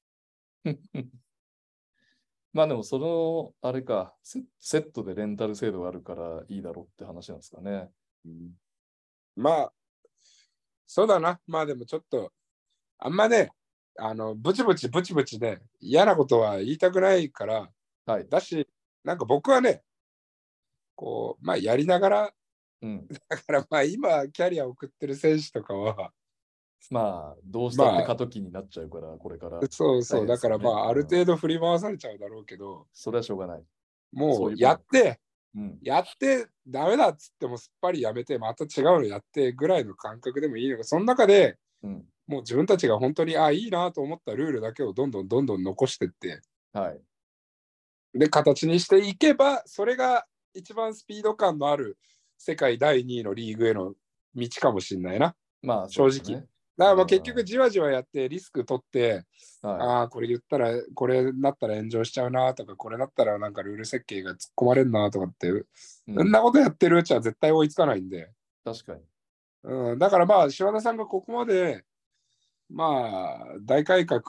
まあでもその、あれかセ、セットでレンタル制度があるからいいだろうって話なんですかね。 うん、まあ、そうだな。まあでもちょっと、あんまね、あの、ブチブチブチブチね、嫌なことは言いたくないから、 はい。 だし、なんか僕はね、こう、まあやりながら、 うん。 だからまあ今、キャリアを送ってる選手とかは、 まあ、どうしたってまあ、 過渡期になっちゃうから、これから大そうそう、 変ですよね。 だからまあ、あるうん。 程度振り回されちゃうだろうけど、 それはしょうがない。そもうういうもん。 やって、 うん。 やってダメだっつってもすっぱりやめて、また違うのやってぐらいの感覚でもいいのか、その中でうん。 もう自分たちが本当に、あ、いいなと思ったルールだけをどんどんどんどん残してって、 はい。 で、形にしていけば、それが一番スピード感のある世界だいにいのリーグへの道かもしれないな、 まあ、そう正直。 ですね。 だからまあ結局うん。 じわじわやってリスク取って、 はい。 ああ、これ言ったら、これなったら炎上しちゃうなとか、これだったらなんかルール設計が突っ込まれるなとかっていう、そんうん。 なことやってるうちは絶対追いつかないんで。 確かに。 うん、だからまあ、柴田さんがここまで、まあ、大改革、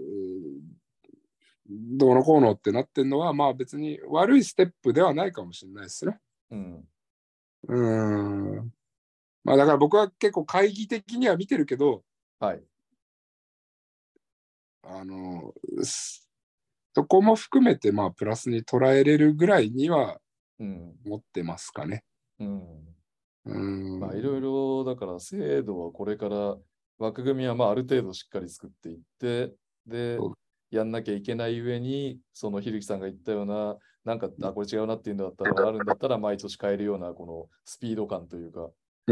どうのこうのってなってるのは、まあ別に悪いステップではないかもしれないですね。 うん。 うん。まあだから僕は結構懐疑的には見てるけど、 はい。 あの、そこも含めてまあプラスに捉えれるぐらいにはうん。 持ってますかね。 うん。 うまあ、いろいん。 ろ、だから制度はこれから枠組みはまあある程度しっかり作っていって、で、 やんなきゃいけない上に、そのひるきさんが言ったような、なんか、あ、これ違うなっていうんだったら、あるんだったら、毎年変えるような、このスピード感というか、 うん。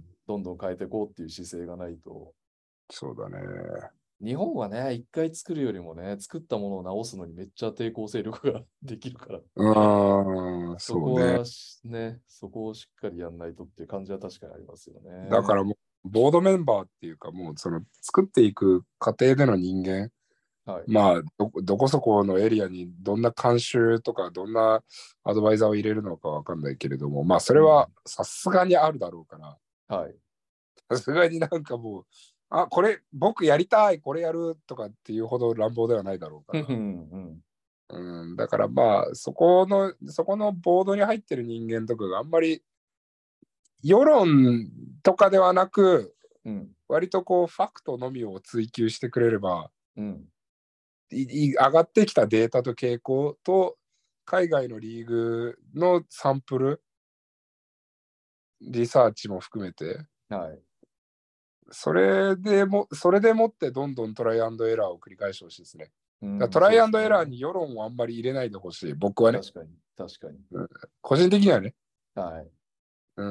どんどん変えていこうっていう姿勢がないと。 そうだね。 日本はね、一回作るよりもね、作ったものを直すのにめっちゃ抵抗勢力ができるから。 うん、 そそうね。 こはね、そこをしっかりやんないとっていう感じは確かにありますよね。 だからもう、ボードメンバーっていうか、もうその作っていく過程での人間、 はい、 まあど、どこそこのエリアにどんな監修とか、どんなアドバイザーを入れるのかわかんないけれども、まあ、それはさすがにあるだろうから、 はい。 さすがになんかもう、あ、これ僕やりたい、これやるとかっていうほど乱暴ではないだろうかうんら。 うんうん、だからまあ、そこの、そこのボードに入ってる人間とかがあんまり世論とかではなく、 うん、 割とこうファクトのみを追求してくれれば、 うん、 いい上がってきたデータと傾向と海外のリーグのサンプル、リサーチも含めて、 はい。 それでも、それでもってどんどんトライアンドエラーを繰り返してほしいですね。 うん、 だからトライアンドエラーね、 に世論をあんまり入れないでほしい、僕はね。 確かに、確かに。 うん、個人的にはね。 はい。 うん。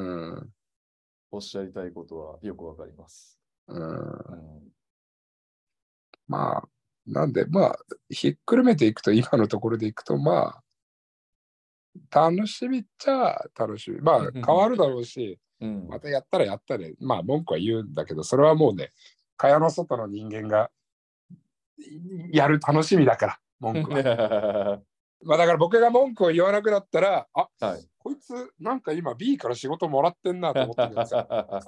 おっしゃりたいことはよくわかります。 うん、 うん、 まあ、なんで、まあ、ひっくるめていくと、今のところでいくと、まあ、楽しみっちゃ楽しみ。まあ、変わるだろうし、 うん、 またやったらやったで、まあ、文句は言うんだけど、それはもうね、蚊帳の外の人間がやる楽しみだから、文句は。まあ、だから僕が文句を言わなくなったら、あ、 はい。 こいつ、なんか今 B から仕事もらってんなと思ってください。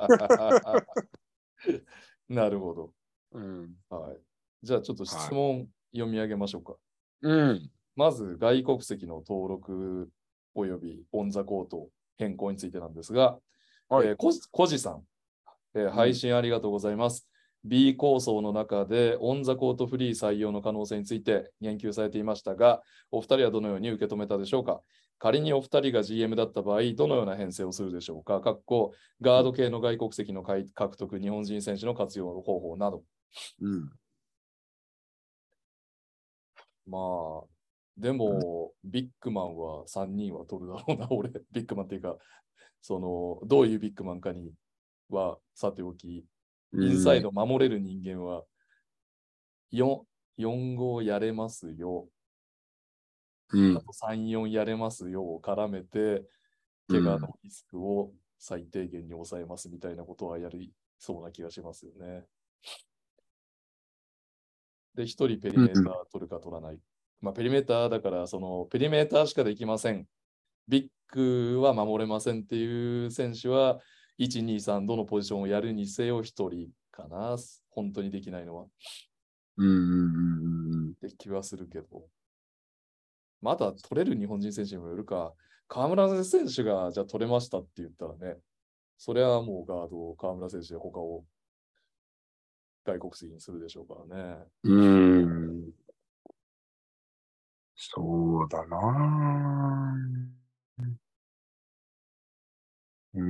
なるほど。 うん。 はい。じゃあちょっと質はい。 問読み上げましょうか。 うん。 まず外国籍の登録およびオンザコート変更についてなんですが、 はい。 えー、ここじさん、えー配信ありがとうございます。B 構想の中でオンザコートフリー採用の可能性について言及されていましたが、お二人はどのように受け止めたでしょうか。仮にお二人が ジーエム だった場合、どのような編成をするでしょうか。かっこガード系の外国籍の獲得、日本人選手の活用方法など。 うん。 まあ、でも、ビッグマンはさんにんは取るだろうな、俺。ビッグマンっていうか、その、どういうビッグマンかにはさておき、インサイド守れる人間はよん、よん号やれますよ。 うん。 あとさん、よんやれますよを絡めて、怪我のリスクを最低限に抑えますみたいなことはやりそうな気がしますよね。で、ひとりペリメーター取るか取らない。まあ、ペリメーターだから、そのペリメーターしかできません。ビッグは守れませんっていう選手は、いち、に、さん、どのポジションをやるにせよひとりかな。本当にできないのは。 うんうんうんうん。 って気はするけど。まだ取れる日本人選手にもよるか。河村選手がじゃあ取れましたって言ったらね、それはもうガードを河村選手で他を外国籍にするでしょうからね。 うん。そうだな。うん。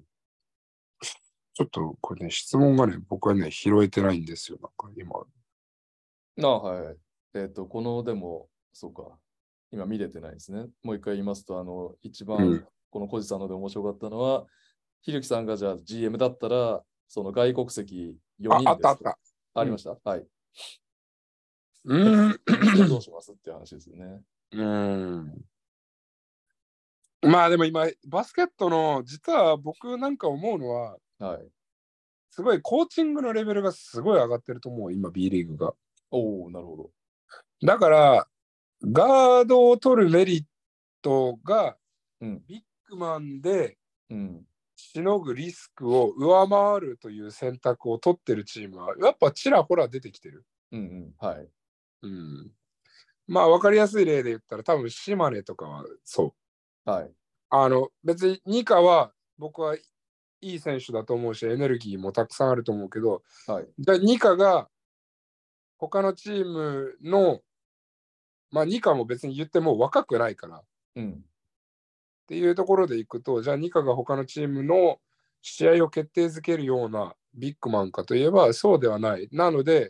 ちょっとこれね、質問がね、僕はね、拾えてないんですよ。なんか今。 ああ、はい。えっ、と、このでも、そうか。今見れてないですね。もう一回言いますと、あの、一番、 うん、 この小路さんので面白かったのは、ひるきさんがじゃあ ジーエム だったら、その外国籍あ、 4 あ人ですと。 ったあった。うん。 ありましたはい。 うで、 ん。 編成どうしますっていう話ですよね。 うん。まあでも今、バスケットの、実は僕なんか思うのは、 はい。 すごいコーチングのレベルがすごい上がってると思う、今 B リーグが。 おおなるほど。 だから、ガードを取るメリットが、 うん。 ビッグマンでうん。 しのぐリスクを上回るという選択を取ってるチームは、やっぱちらほら出てきてる。 うんうん。はい。 うん。まあ、わかりやすい例で言ったら、多分島根とかはそう。 はい。 あの、別にニカは僕はいい選手だと思うし、エネルギーもたくさんあると思うけど、 はい。 じゃあニカが他のチームの、まあニカも別に言っても若くないから、 うん。 っていうところでいくと、じゃあニカが他のチームの試合を決定づけるようなビッグマンかといえばそうではない。なので、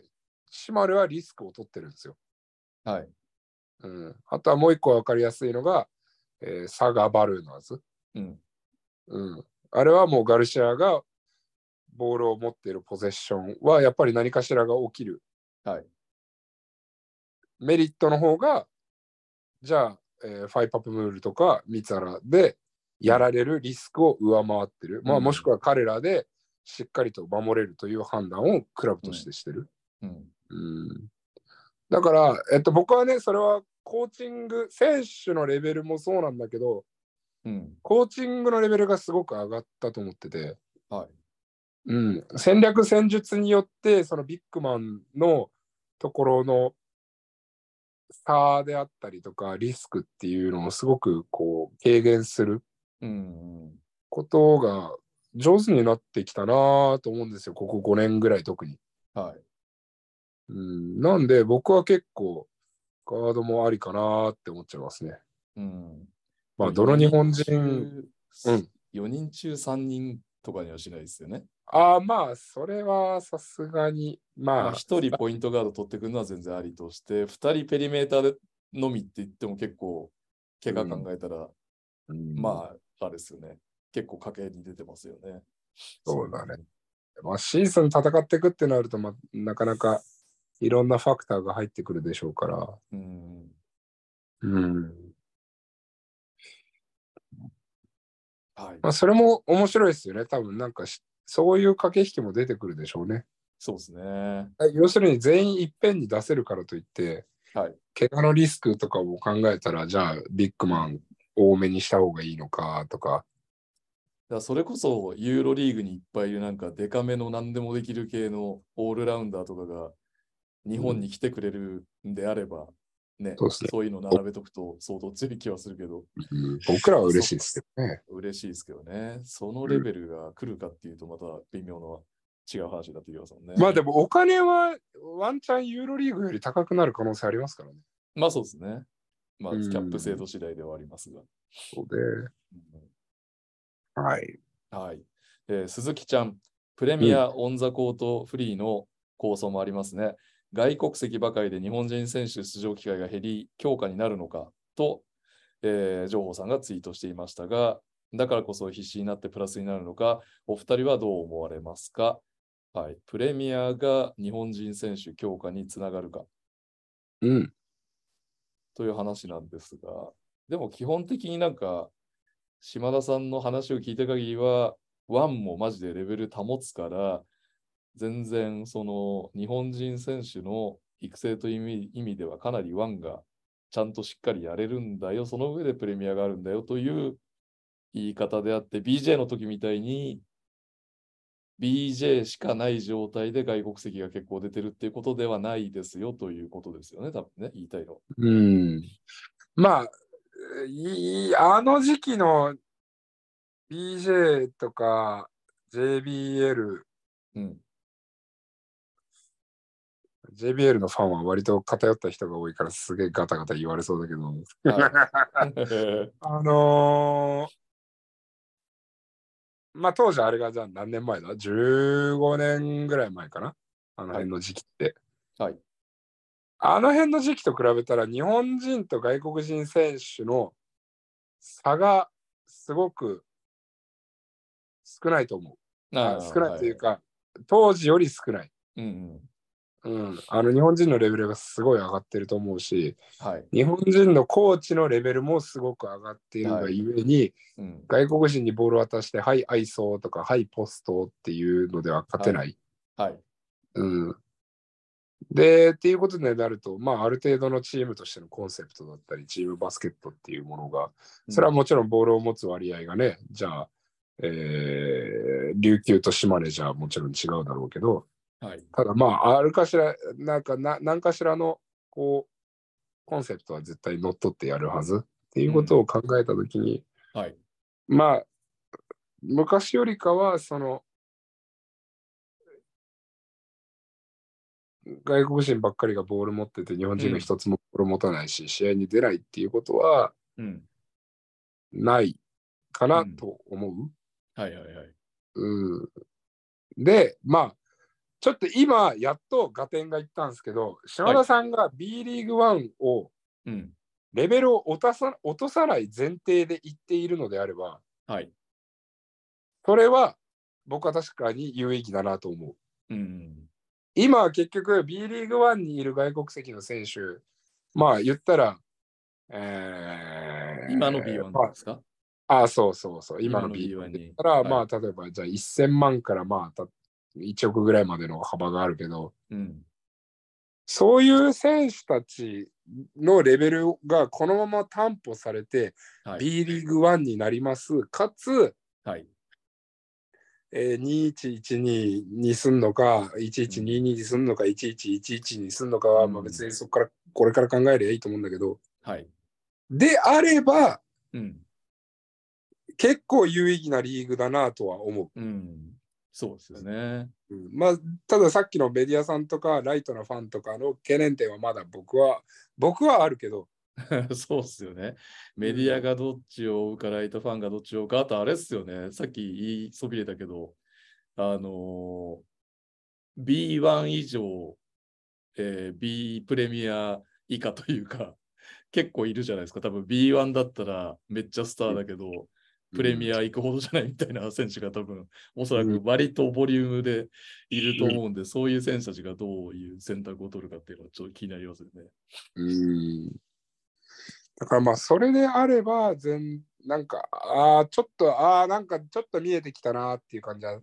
島根はリスクを取ってるんですよ。 はい。 うん、あとはもう一個分かりやすいのが、えー、サガバルーナーズ。 うんうん。あれはもうガルシアがボールを持っているポゼッションはやっぱり何かしらが起きる。 はい。 メリットの方が、じゃあ、えーファイパプムールとかミツァラでやられるリスクを上回ってる。うん、まあ、もしくは彼らでしっかりと守れるという判断をクラブとしてしてる。 うんうんうん、だから、えっと、僕はね、それはコーチング、選手のレベルもそうなんだけど、 うん、 コーチングのレベルがすごく上がったと思ってて、 はい。 うん、戦略戦術によってそのビッグマンのところの差であったりとかリスクっていうのをすごくこう軽減することが上手になってきたなと思うんですよ、ここごねんぐらい特に。 はい。 うん、なんで僕は結構ガードもありかなって思っちゃいますね。 うん、 まあどの日本人、 うん、よにん中さんにんとかにはしないですよね。 ああ、まあそれはさすがにまあ、 まあ、ひとりポイントガード取ってくるのは全然ありとして、ふたりペリメーターでのみって言っても結構怪我考えたら、うん、まああれですよね。結構家計に出てますよね。 そうだね。まあ、シーズン戦っていくってなると、まあ、なかなかいろんなファクターが入ってくるでしょうから。うん。うん。はい。まあ、それも面白いですよね。多分なんかそういう駆け引きも出てくるでしょうね。 そうですね。 要するに全員いっぺんに出せるからといって、はい、怪我のリスクとかを考えたら、じゃあビッグマン多めにした方がいいのかとか。 だからそれこそユーロリーグにいっぱいいるなんかデカめの何でもできる系のオールラウンダーとかが日本に来てくれるんであれば、うん、ね、そうですね、そういうの並べとくと相当強い気はするけど、 うん、僕らは嬉しいですけどね。 嬉しいですけどね。そのレベルが来るかっていうとまた微妙な違う話だって言いますもんね。 まあでもお金はワンチャンユーロリーグより高くなる可能性ありますからね。 まあそうですね。まあキャップ制度次第ではありますが。 そうで、うん、はい。 はい、えー。鈴木ちゃん、プレミア・オン・ザ・コート・フリーの構想もありますね。外国籍ばかりで日本人選手出場機会が減り、強化になるのかと、えー、情報さんがツイートしていましたが、だからこそ必死になってプラスになるのか、お二人はどう思われますか？はい、プレミアが日本人選手強化につながるか、 うん、 という話なんですが、でも基本的になんか、島田さんの話を聞いた限りは、ワンもマジでレベル保つから、全然その日本人選手の育成という意味、意味ではかなりワンがちゃんとしっかりやれるんだよ、その上でプレミアがあるんだよという言い方であって、ビージェー の時みたいに ビージェー しかない状態で外国籍が結構出てるっていうことではないですよということですよね、多分ね、言いたいの。 うん。まあ、いあの時期の ビージェー とか ジェイビーエル、うん、ジェイビーエル のファンは割と偏った人が多いからすげえガタガタ言われそうだけど、はい、あのー、まあ当時あれがじゃあ何年前だ ?じゅうご 年ぐらい前かな、あの辺の時期って。はい。はい、あの辺の時期と比べたら日本人と外国人選手の差がすごく少ないと思う。ああ少ないというか、はい、当時より少ない。うんうんうん、あの日本人のレベルがすごい上がってると思うし、はい、日本人のコーチのレベルもすごく上がっているがゆえに、はい、うん、外国人にボールを渡して、はい、アイソーとか、はい、ポストっていうのでは勝てない。はい。はい、うん。で、っていうことになると、まあ、ある程度のチームとしてのコンセプトだったり、チームバスケットっていうものが、それはもちろんボールを持つ割合がね、じゃあ、えー、琉球と島根じゃもちろん違うだろうけど、はい、ただまあ、あるかしら、なんかな、何かしらの、こう、コンセプトは絶対乗っ取ってやるはずっていうことを考えたときに、うんはい、まあ、昔よりかは、その、外国人ばっかりがボール持ってて、日本人が一つもボール持たないし、うん、試合に出ないっていうことは、ないかなと思う。うん、はいはいはい。うん、で、まあ、 ちょっと今、やっと合点がいったんですけど、島田さんが B リーグワンをレベルを落とさ、落とさない前提で言っているのであれば、 はい、 それは僕は確かに有意義だなと思う。 うん、 今は結局 B リーグワンにいる外国籍の選手、まあ言ったら、えー、 今の ビーワン ですか？ ああ、そうそうそう。今の今のビービーワンだっに。 たら、 はい、 まあ、例えば、じゃあせんまんからまあ、いちおくぐらいまでの幅があるけど、 うん、 そういう選手たちのレベルがこのまま担保されて、 はい、 B リーグワンになります。かつ、 はい、 えー、にいちいちににすんのか、いちいちにいににすんのか、いちいちいちいちにすんのかは、 うん、 まあ、別にそこから、これから考えればいいと思うんだけど、 はい、 であれば、 うん、 結構有意義なリーグだなとは思う。 うん、そうですよね。 うん、まあ、たださっきのメディアさんとかライトなファンとかの懸念点はまだ僕は僕はあるけどそうっすよね。メディアがどっちを追うか、ライトファンがどっちを追うか、あとあれっすよね。さっき言いそびれたけど、あのー、ビーワン 以上、えー、B プレミア以下というか、結構いるじゃないですか。多分 ビーワン だったらめっちゃスターだけど、プレミア行くほどじゃないみたいな選手が多分、おそらく割とボリュームでいると思うんで、そういう選手たちがどういう選択を取るかっていうのはちょっと気になりますよね。 うんだからまあそれであれば全なんかああちょっとああなんかちょっと見えてきたなっていう感じはうん。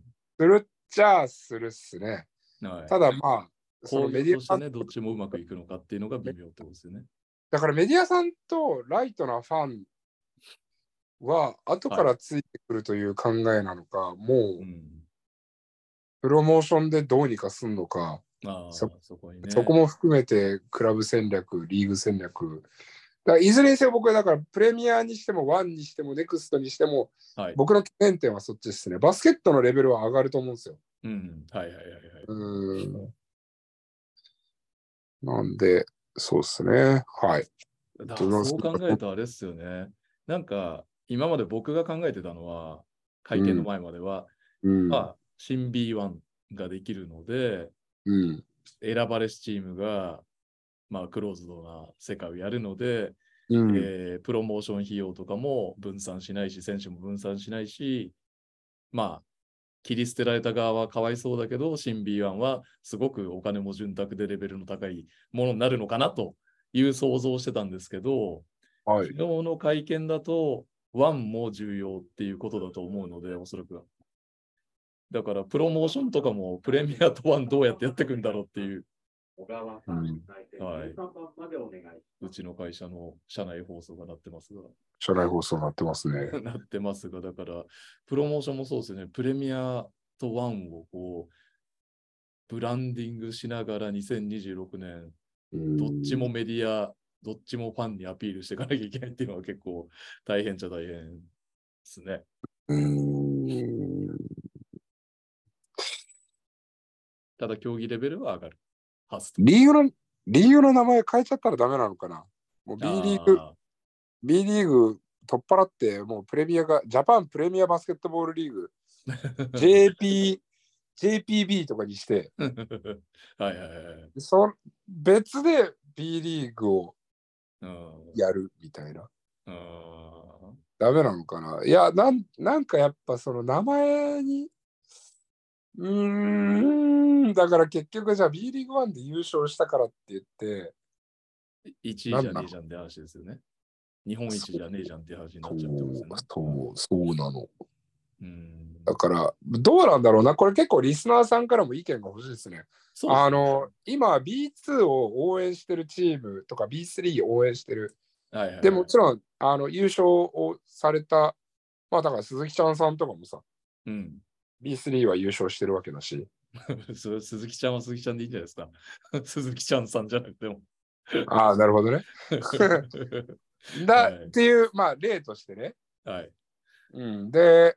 するっちゃするっすね。 はい。 ただまあその構メディアさん造としてね、どっちもうまくいくのかっていうのが微妙ってことですよね。 だからメディアさんとライトなファンは後はい。 からついてくるという考えなのかもううん。 プロモーションでどうにかすんのかそああ、そこにそこね。 も含めてクラブ戦略、リーグ戦略。だからいずれにせよ僕はだからプレミアにしてもワンにしてもネクストにしてもはい。 僕の懸念点はそっちですね。バスケットのレベルは上がると思うんですよ。 うん。はいはいはいはい。 うんなんで、そうですね。はい。 だからそう考えるとあれですよね。なんか、今まで僕が考えてたのは、会見の前までは、 うん、 まあ、新 ビーワン ができるので、 うん、 選ばれしチームが、まあ、クローズドな世界をやるので、 うん、 えープロモーション費用とかも分散しないし、選手も分散しないし、まあ、切り捨てられた側はかわいそうだけど、新 ビーワン はすごくお金も潤沢でレベルの高いものになるのかなという想像をしてたんですけど、 はい。 昨日の会見だと、ワンも重要っていうことだと思うので、おそらくは。だから、プロモーションとかもプレミアとワンどうやってやっていくんだろうっていう。 うん、 はい。うちの会社の社内放送がなってますが。 社内放送になってますね。 なってますが、だから、プロモーションもそうですよね。プレミアとワンをこう、ブランディングしながらにせんにじゅうろくねん、どっちもメディア、どっちもファンにアピールしていかなきゃいけないっていうのは結構大変っちゃ大変ですね。 うーんただ競技レベルは上がるはずと。 リーグの、リーグの名前変えちゃったらダメなのかなもう B リーグ、 あ B リーグ取っ払って、もうプレミアが、ジャパンプレミアバスケットボールリーグ、ジェーピー、ジェーピービー とかにして、 はいはいはい。 そ別で B リーグをやるみたいな。ダメなのかないやなん、なんかやっぱその名前に、うーん、だから結局じゃあ B リーグワンで優勝したからって言って、 いちいじゃねえじゃんって話ですよね。日本一じゃねえじゃんって話になっちゃうってことですよね。 そう、そうなの。 うんだから、どうなんだろうな。これ結構リスナーさんからも意見が欲しいですね。 そうですね。 あの、今 ビーツー を応援してるチームとか ビースリー を応援してる。 はいはいはい、 でもちろん、あの、優勝をされた、まあだから鈴木ちゃんさんとかもさ、 うん、 ビースリー は優勝してるわけだし。 鈴木ちゃんは鈴木ちゃんでいいんじゃないですか。鈴木ちゃんさんじゃなくても。 ああ、なるほどね。だ、 はい、 っていう、まあ例としてね。 はい。 うん、で、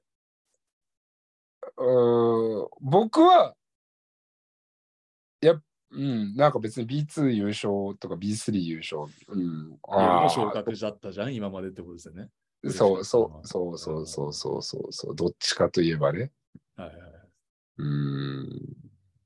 う僕は、やうん、なんか別に ビーツー 優勝とか ビースリー 優勝、うん、 よりも昇あ格だったじゃん、今までってことですよね。 あ、そうそうそうそうそうそうそうそう、どっちかといえばね。 はいはいはい、 うん。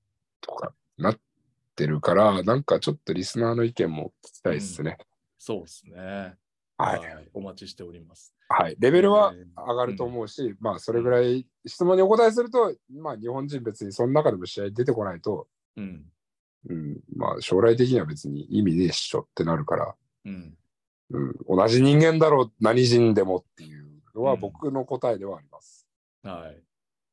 ってるから、なんかちょっとリスナーの意見も聞きたいですね。 うん、そうですね。 はい、 はい。お待ちしております。 はい。レベルはえー上がると思うし、 うん、 まあそれぐらい質問にお答えすると、まあ日本人別にその中でも試合出てこないと、 うん、 うん、まあ将来的には別に意味ねえっしょってなるから、 うん、 うん、同じ人間だろう、何人でもっていうのはうん、 僕の答えではあります。 はい。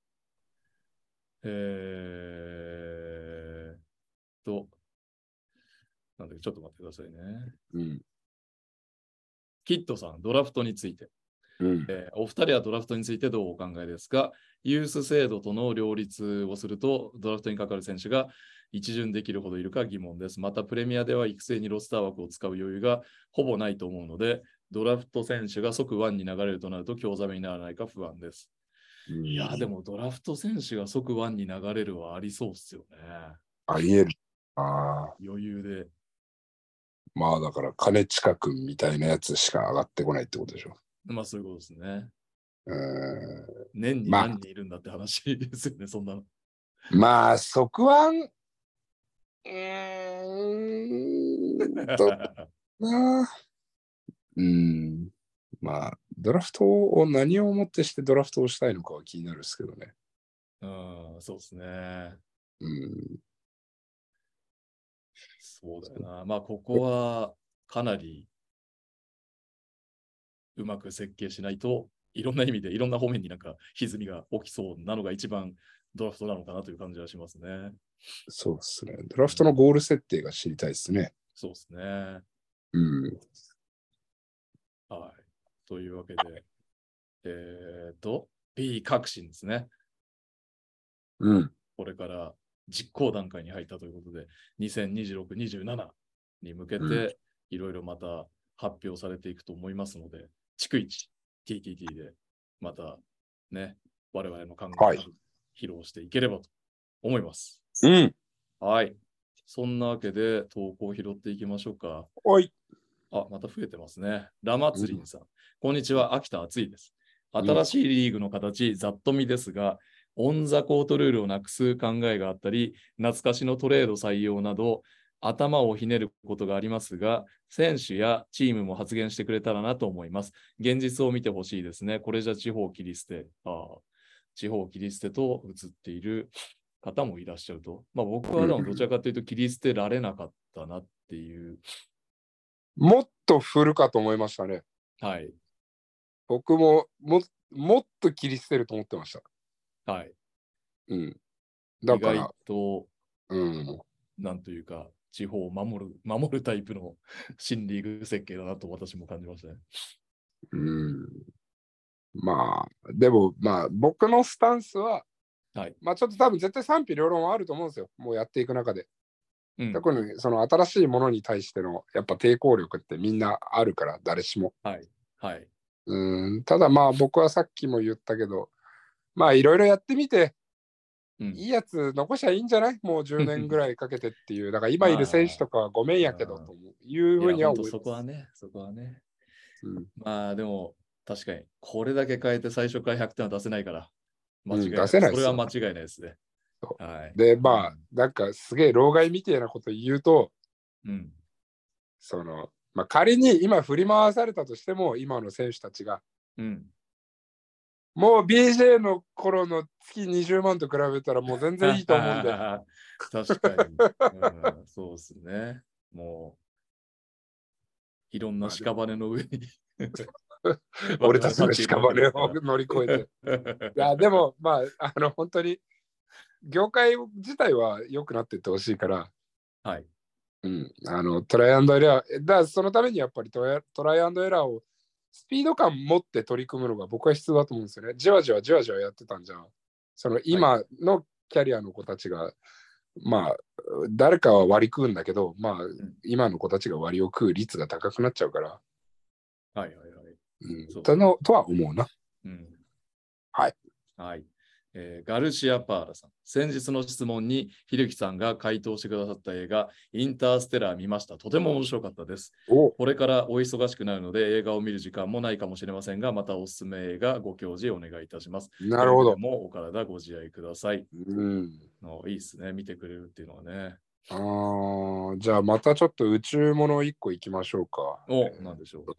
えーっと、なんでちょっと待ってくださいね。 うん、 キッドさん、ドラフトについて。 うん、 えーお二人はドラフトについてどうお考えですか？ユース制度との両立をすると、ドラフトにかかる選手が一巡できるほどいるか疑問です。また、プレミアでは育成にロスター枠を使う余裕がほぼないと思うので、ドラフト選手が即ワンに流れるとなると、興ざめにならないか不安です。 うん、 いや、でもドラフト選手が即ワンに流れるはありそうっすよね。 ありえる。ああ、 余裕で。 まあだから金近くみたいなやつしか上がってこないってことでしょ。 まあ、そういうことですね。 うーん、 年にまあ、 何人いるんだって話ですよね、そんなの。 まあ、即ワン、うーんと、なあ、うん、まあ、ドラフトを何をもってしてドラフトをしたいのかは気になるんですけどね。 うん、そうですね。 うん、 そうだよな。まあ、ここはかなりうまく設計しないと、いろんな意味で、いろんな方面になんか歪みが起きそうなのが一番ドラフトなのかなという感じはしますね。 そうですね。ドラフトのゴール設定が知りたいですね。 そうですね。 うん。 はい。というわけで、えっと、B 革新ですね。 うん。 これから実行段階に入ったということで、にせんにじゅうろく、にじゅうななに向けうん、 て、いろいろまた発表されていくと思いますので、逐一 ティーティーティー でまたね、我々の考えなど披露していければと思います。 うん。 はい。そんなわけで投稿を拾っていきましょうか。 おい。 あ、また増えてますね。ラマツリンさん。こんにちうん。 は。秋田暑いです。 うん。 新しいリーグの形、ざっと見ですが、オン・ザ・コートルールをなくす考えがあったり、懐かしのトレード採用など、頭をひねることがありますが、選手やチームも発言してくれたらなと思います。現実を見てほしいですね。これじゃ地方切り捨て、あ地方切り捨てと映っている方もいらっしゃると。まあ僕はでもどちらかというと切り捨てられなかったなっていう。 もっと振るかと思いましたね。 はい。 僕もももっと切り捨てると思ってました。 はい。 うん。だ意外から、 と、 うん。 なんというか、地方を守る、守るタイプの新リーグ設計だなと私も感じましたね。 うん。まあ、でも、まあ、僕のスタンスは、 はい。 まあ、ちょっと多分絶対賛否両論はあると思うんですよ。もうやっていく中で。 うん。 特にその新しいものに対してのやっぱ抵抗力ってみんなあるから、誰しも。 はい。はい。 うん。ただまあ、僕はさっきも言ったけど、まあ、いろいろやってみて、 うん。 いいやつ残しゃいいんじゃない？もうじゅうねんぐらいかけてっていう。だから今いる選手とまかはごめんあ、 やけどうん、 といういや、 ふうには本当そ思います。 こはね、そこはね。 うん。 まあ、でも、確かに、これだけ変えて最初からひゃくてんは出せないから、間うん、出違いない。それはせないですよ。 間違いないですね。 そはい。 うで、まあ、 うん。 なんかすげえ老害みたいなこと言うと、 うん。 その、まあ、仮に今振り回されたとしても、今の選手たちが、 うん。 もう ビージェー の頃の月にじゅうまんと比べたらもう全然いいと思うんで。 確かに、うん。そうですね。もう、いろんなまあでも屍の上に我俺たちの 々立っているわけで屍をすから。 乗り越えて。いや、でも、まあ、あの、本当に、業界自体は良くなっていってほしいから、 はい。 うん、あの、トライアンドエラー、だからそのためにやっぱりトライトライアンドエラーをスピード感持って取り組むのが僕は必要だと思うんですよね。じわじわじわじわやってたんじゃん。そのはい。 今のキャリアの子たちが、まあ、誰かは割り食うんだけど、まあ、 うん、 今の子たちが割を食う率が高くなっちゃうから、 はいはいはい。 うん、 そうですね。 とのとは思うな。 うん。 はい。 はい。えーガルシア・パーラさん。先日の質問に、ひるきさんが回答してくださった映画、インターステラー見ました。とても面白かったです。 おこれからお忙しくなるので、映画を見る時間もないかもしれませんが、またおすすめ映画ご教示お願いいたします。 なるほど。 くれぐれもお体ご自愛ください。 うん。 のいいですね。見てくれるっていうのはね。 あーじゃあまたちょっと宇宙もの一個行きましょうか。 お、なんでしょう。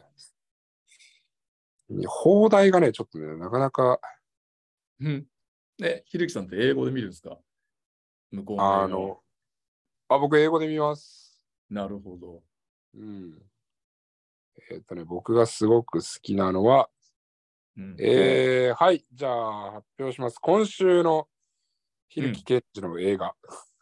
ね、放題がね、ちょっとね、なかなか。 うん。え、ひるきさんって英語で見るんですか？向こうの映画は。 あの、あ、僕英語で見ます。 なるほど。 うん。えっとね、僕がすごく好きなのは、 うん、 えー、はい、じゃあ発表します。今週のひるきうん。 けんじの映画。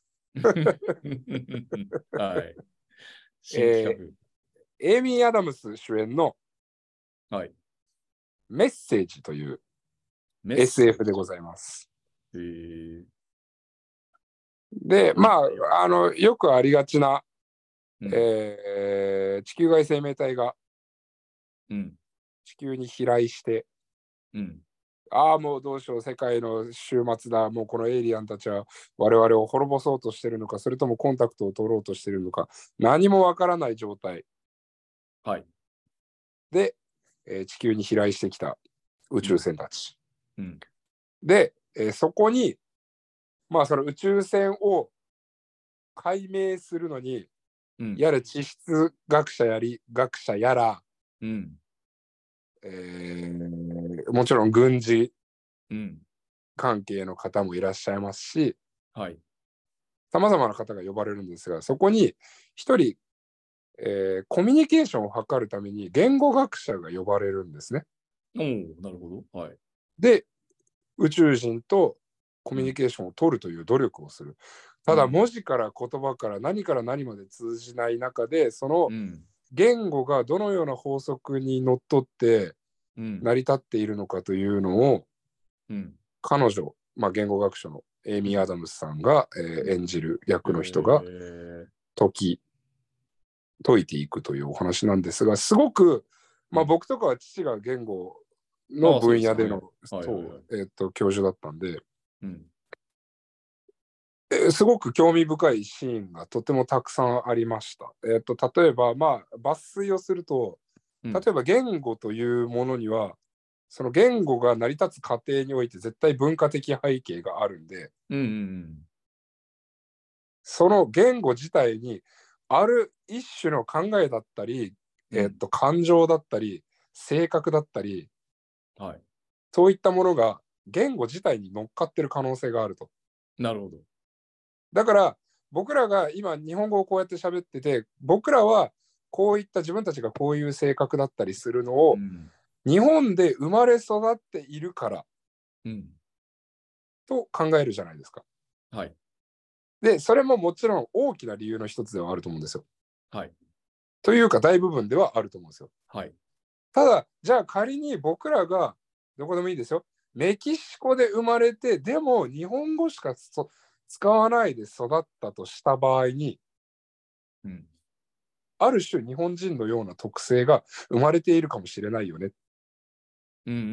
はい。新企えー、エイミー・アダムス主演の画。はい。 メッセージというメッセーエスエフ でジ。 ございます。 えー、 で、まあ、あの、よくありがちな、 うん、 えー地球外生命体がうん、 地球に飛来して、 うん、 ああ、もうどうしよう、世界の終末だ、もうこのエイリアンたちは我々を滅ぼそうとしてるのか、それともコンタクトを取ろうとしてるのか、何もわからない状態はい。 で、えー地球に飛来してきた宇宙船たち。 うん、 で、えーそこに、まあ、その宇宙船を解明するのに、 うん、 やる地質学者やり学者やら、 うん、 えーもちろん軍事うん。 関係の方もいらっしゃいますし、 はい。 さまざまな方が呼ばれるんですが、そこに一人、えーコミュニケーションを図るために言語学者が呼ばれるんですね。 おお、なるほど。はい。 で、宇宙人とコうん、 ミュニケーションを取るという努力をする。ただ、 うん、 文字から言葉から何から何まで通じない中で、そのうん、 言語がどのような法則にのっとってうん、 成り立っているのかというのを、 うん、 彼女、まあ、言語学者のエイミー・アダムスさんが、えー演じるえ役の人がー、 解き解いていくというお話なんですが、すごく、まあ、 うん。 僕とかは父が言語のああ、そうですよね。 分野での、 はいはいはい。 そう、えーと、教授だったんで、 うん、 えーすごく興味深いシーンがとてもたくさんありました。えーと、例えば、まあ、抜粋をすると、 うん、 例えば言語というものには、その言語が成り立つ過程において絶対文化的背景があるんで、 うん、うん、 その言語自体にある一種の考えだったり、 うん、 えーと、感情だったり、性格だったり、 はい。 そういったものが言語自体に乗っかってる可能性があると。 なるほど。 だから僕らが今日本語をこうやって喋ってて、僕らはこういった自分たちがこういう性格だったりするのをうん、 日本で生まれ育っているからうん、 と考えるじゃないですか。 はい。 で、それももちろん大きな理由の一つではあると思うんですよ。 はい。 というか大部分ではあると思うんですよ。 はい。 ただ、じゃあ仮に僕らがどこでもいいですよ。メキシコで生まれて、でも日本語しか使わないで育ったとした場合に、 うん、 ある種日本人のような特性が生まれているかもしれないよね。 うん、うん、うん。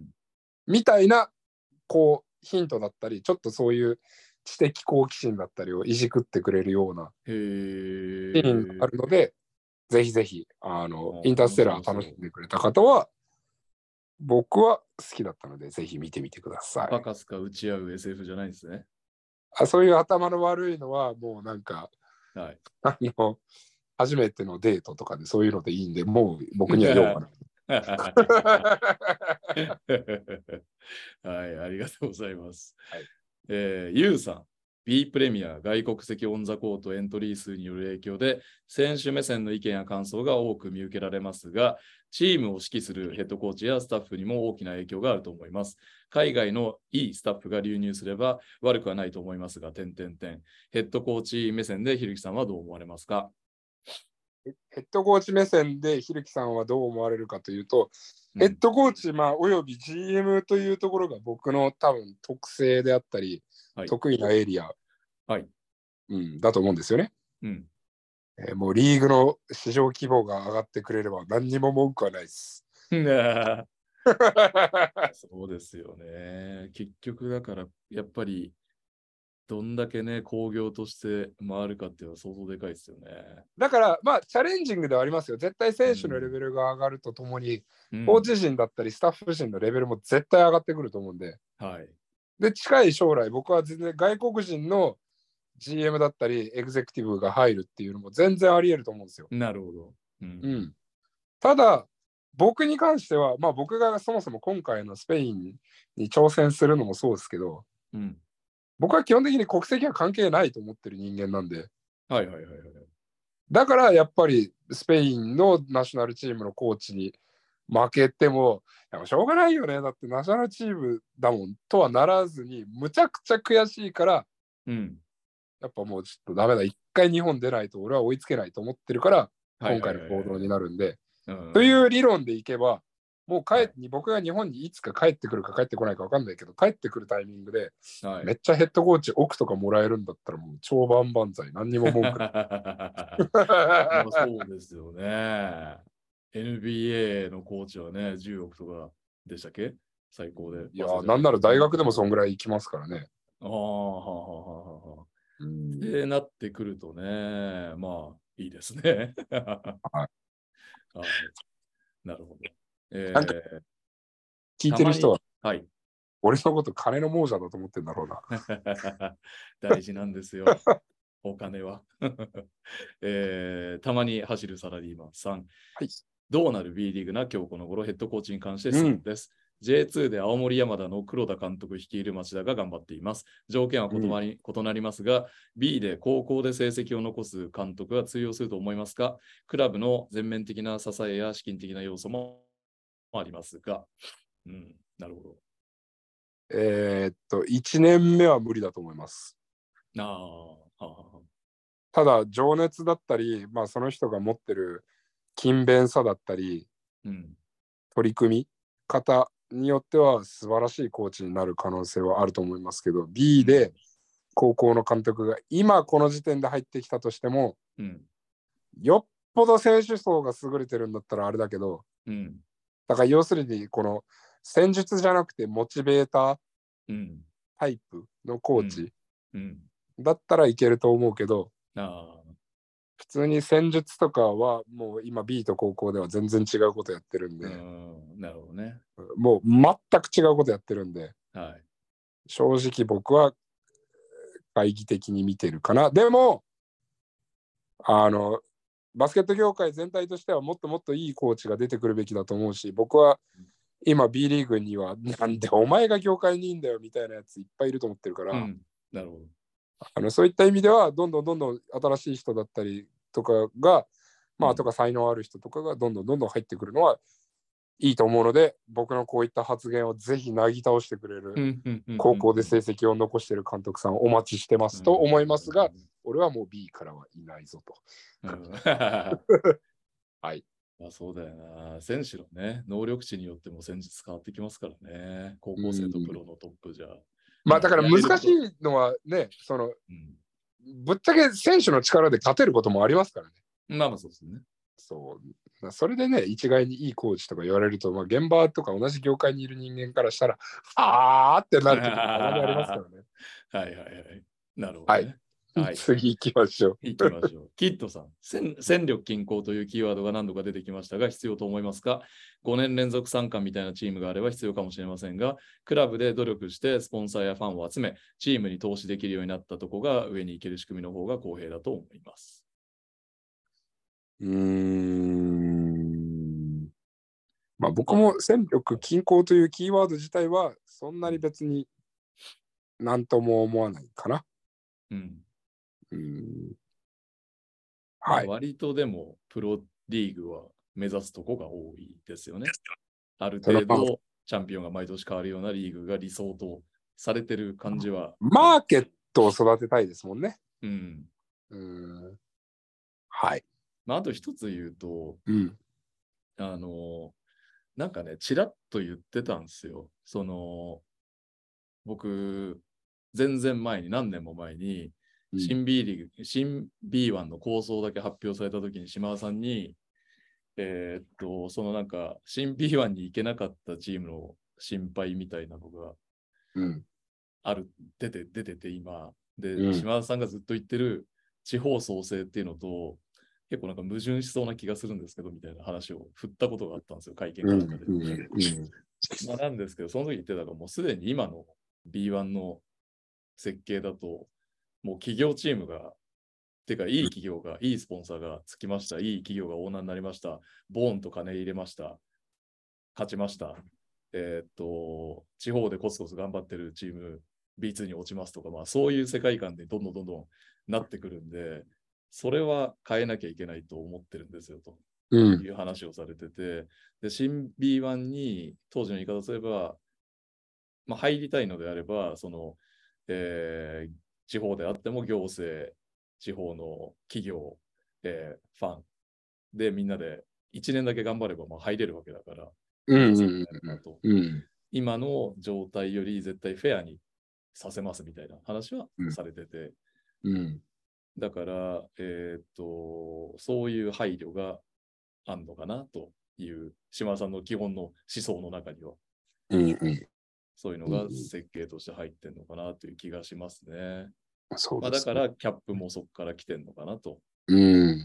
みたいな、こう、ヒントだったり、ちょっとそういう知的好奇心だったりをいじくってくれるようなへシーンがあえ。 るので、ぜひぜひ、あの、 あ、 インタース面テラー白そ楽しんでくれた方は、僕は好きだったので、ぜひ見てみてくだう。 さい。 バカスカ打ち合う エスエフ じゃないんですね。 あ、そういう頭の悪いのは、もうなんか、 はい。 あの、初めてのデートとかでそういうのでいいんで、もう僕には用がない。 はい、ありがとうございます。 はい、 えー、ユウさん、B プレミア外国籍オンザコートエントリー数による影響で、選手目線の意見や感想が多く見受けられますが、チームを指揮するヘッドコーチやスタッフにも大きな影響があると思います。海外のいいスタッフが流入すれば悪くはないと思いますが、点々点。ヘッドコーチ目線でひるきさんはどう思われますか？ ヘッドコーチ目線でひるきさんはどう思われるかというと、 うん、 ヘッドコーチ、まあ、および ジーエム というところが僕の多分特性であったり、 はい、 得意なエリア、 はい、 うん、だと思うんですよね。 うん。 えーもうリーグの市場規模が上がってくれれば何にも文句はないです。 そうですよね。結局だから、やっぱり、どんだけね、工業として回るかっていうのは相当でかいですよね。 だから、まあ、チャレンジングではありますよ。絶対選手のレうんベルが上がるとともに、 うん、 コーチ陣だったり、スタッフ陣のレベルも絶対上がってくると思うんで。 はい。 で、近い将来、僕は全然外国人のジーエム だったりエグゼクティブが入るっていうのも全然あり得ると思うんですよ。 なるほど。うん。 うん、ただ僕に関しては、まあ僕がそもそも今回のスペインに挑戦するのもそうですけど、 うん、 僕は基本的に国籍は関係ないと思ってる人間なんで。 はいはいはいはい。 だからやっぱりスペインのナショナルチームのコーチに負けても、でもしょうがないよね。だってナショナルチームだもんとはならずに、むちゃくちゃ悔しいから、 うん、 やっぱもうちょっとダメだ。一回日本出ないと俺は追いつけないと思ってるから、今回の行動になるんで。という理論でいけば、もう帰って、はい、僕が日本にいつか帰ってくるか帰ってこないか分かんないけど、帰ってくるタイミングで、はい、めっちゃヘッドコーチ億とかもらえるんだったら、もう超万々歳、何にも文句ない。 そうですよね。エヌビーエー のコーチはね、じゅうおくとかでしたっけ最高で。 いや、なんなら大学でもそんぐらい行きますからね。 ああ、はあはあはあ。ってなってくるとね、まあ、いいですね。はい。なるほど。えー、 聞いてる人は、 はい、 俺のこと金の亡者だと思ってんだろうな。大事なんですよ。お金は、えー。たまに走るサラリーマンさん。はい、どうなる B リーグな今日この頃ヘッドコーチに関して質問です。うんジェイツー で青森山田の黒田監督率いる町田が頑張っています。条件は異なり、うん、異なりますが、B で高校で成績を残す監督が通用すると思いますか？クラブの全面的な支えや資金的な要素もありますが。うん、なるほど。 えー、っと、いちねんめは無理だと思います。 あははただ、情熱だったり、まあ、その人が持ってる勤勉さだったり、うん、取り組み方によっては素晴らしいコーチになる可能性はあると思いますけど、 B で高校の監督が今この時点で入ってきたとしても、うん、よっぽど選手層が優れてるんだったらあれだけど、うん、だから要するにこの戦術じゃなくてモチベータータイプのコーチだったらいけると思うけど、うんうん、あ普通に戦術とかはもう今 B と高校では全然違うことやってるんで、うん、 なるほどね。 もう全く違うことやってるんで、はい、正直僕は懐疑的に見てるかな。でもあのバスケット業界全体としてはもっともっといいコーチが出てくるべきだと思うし、僕は今 B リーグにはなんでお前が業界にいいんだよみたいなやついっぱいいると思ってるから、うん、 なるほど。 あのそういった意味ではどんどんどんどん新しい人だったりとかが、まあとか才能ある人とかがどんどんどんどん入ってくるのはいいと思うので、僕のこういった発言をぜひなぎ倒してくれる高校で成績を残している監督さんお待ちしてますと思いますが、俺はもう B からはいないぞと。はい。 まあそうだよな。選手のね、能力値によっても戦術変わってきますからね。高校生とプロのトップじゃ。 まあだから難しいのはね、その、うん、ぶっちゃけ選手の力で勝てることもありますからね。 まあまあそうですね。 そう。それでね、一概にいいコーチとか言われると、まあ、現場とか同じ業界にいる人間からしたら、はあってなるときもたまにありますからね。 はいはいはい。なるほどね。 はいはい、次行きましょう。 行きましょう。キッドさん戦、戦力均衡というキーワードが何度か出てきましたが、必要と思いますか？ ご 年連続参加みたいなチームがあれば必要かもしれませんが、クラブで努力してスポンサーやファンを集め、チームに投資できるようになったとこが上に行ける仕組みの方が公平だと思います。 うーん。まあ僕も戦力均衡というキーワード自体はそんなに別に何とも思わないかな。うん。うんはい、割とでもプロリーグは目指すとこが多いですよね。ある程度チャンピオンが毎年変わるようなリーグが理想とされてる感じは。 マーケットを育てたいですもんね。 うん。 うんはい。 まあ、あと一つ言うと、 うん、 あの、なんかね、ちらっと言ってたんですよ。その、僕、全然前に、何年も前に、新 B リーグ、新 ビーワン の構想だけ発表されたときに島田さんに、えー、っと、そのなんか、新 ビーワン に行けなかったチームの心配みたいなのがある、うん、出て、出てて今。で、うん、島田さんがずっと言ってる地方創生っていうのと、結構なんか矛盾しそうな気がするんですけど、みたいな話を振ったことがあったんですよ、会見かなんかで。うんうんうんまあ、なんですけど、その時言ってたのが、もうすでに今の ビーワン の設計だと、 もう企業チームが、てかいい企業が、いいスポンサーがつきました、いい企業がオーナーになりました、ボーンと金入れました、勝ちました、えー、っと、地方でコツコツ頑張ってるチーム、ビーツー に落ちますとか、まあそういう世界観でどんどんどんどんなってくるんで、それは変えなきゃいけないと思ってるんですよと、うん、いう話をされてて、で、新 ビーワン に当時の言い方すれば、まあ、入りたいのであれば、その、えー、地方であっても行政、地方の企業、えー、ファンでみんなでいちねんだけ頑張ればまあ入れるわけだから、 うんうんうん、 今の状態より絶対フェアにさせますみたいな話はされてて、 うんうん、 だから、えー、っと、そういう配慮があるのかなという島田さんの基本の思想の中には。 うんうん、 そういうのが設計として入ってんのかなという気がしますね。 そうですね。 まあ、だからキャップもそこから来てんのかなと。 うん、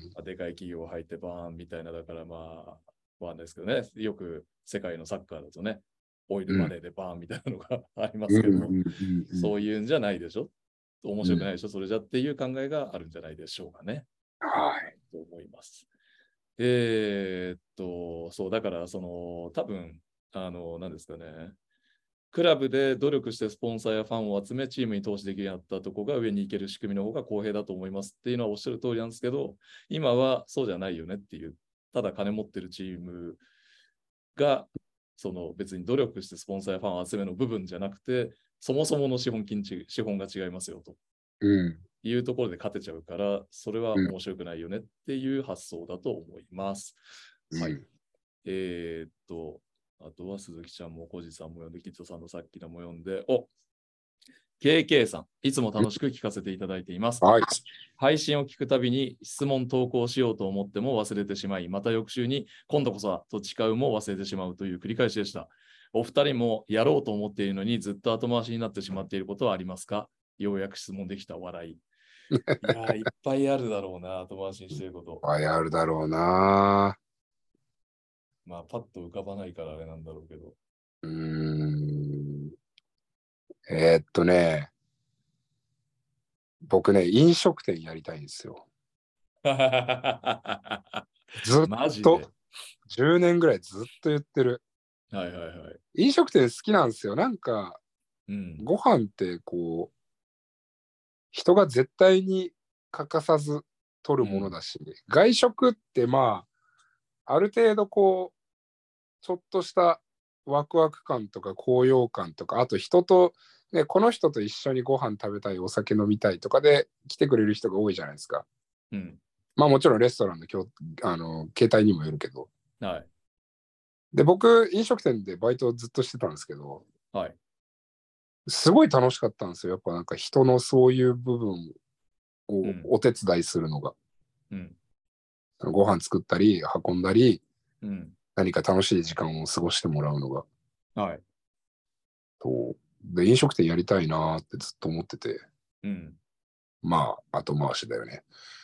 まあ、でかい企業が入ってバーンみたいな、だからまあ、まあですけどね、よく世界のサッカーだとね、オイルマネーでバーンみたいなのがありますけど、そういうんじゃないでしょ。面白くないでしょ、それじゃっていう考えがあるんじゃないでしょうかね。 はい。 と思います。えー、っと、そう、だからその、多分、あの、何ですかね。クラブで努力してスポンサーやファンを集め、チームに投資できるようになったところが上に行ける仕組みの方が公平だと思いますっていうのはおっしゃる通りなんですけど、今はそうじゃないよねっていう、ただ金持ってるチームが、その別に努力してスポンサーやファンを集めの部分じゃなくて、そもそもの資本金ち、資本が違いますよと。いうところで勝てちゃうから、それは面白くないよねっていう発想だと思います。 うん、 はい。えー、っと、あとは鈴木ちゃんも小路さんも読んで、キッドさんのさっきのも読んで、お ケーケー さん、いつも楽しく聞かせていただいています。 はい、 配信を聞くたびに質問投稿しようと思っても忘れてしまい、また翌週に今度こそはと誓うも忘れてしまうという繰り返しでした。お二人もやろうと思っているのにずっと後回しになってしまっていることはありますか？ようやく質問できた笑い。いやー、いっぱいあるだろうな、後回しにしてること。いっぱいあるだろうな。 まあ、パッと浮かばないからあれなんだろうけど。 うーん。えー、っとね、僕ね、飲食店やりたいんですよ。ずっと、じゅうねんぐらいずっと言ってる。 はいはいはい。 飲食店好きなんですよ。なんか、 うん、 ご飯ってこう、人が絶対に欠かさず取るものだし、うん、外食ってまあ、ある程度こう、ちょっとしたワクワク感とか高揚感とか、あと人と、ね、この人と一緒にご飯食べたい、お酒飲みたいとかで来てくれる人が多いじゃないですか。 うん、 まあもちろんレストランの今日あの形態にもよるけど。 はい。 で、僕、飲食店でバイトをずっとしてたんですけど、 はい。 すごい楽しかったんですよ。やっぱなんか人のそういう部分をお手伝いするのが。 うん、 ご飯作ったり、運んだり、 うん、 何か楽しい時間を過ごしてもらうのが。 はい。 とで、飲食店やりたいなってずっと思ってて。 うん、 まあ、後回しだよね。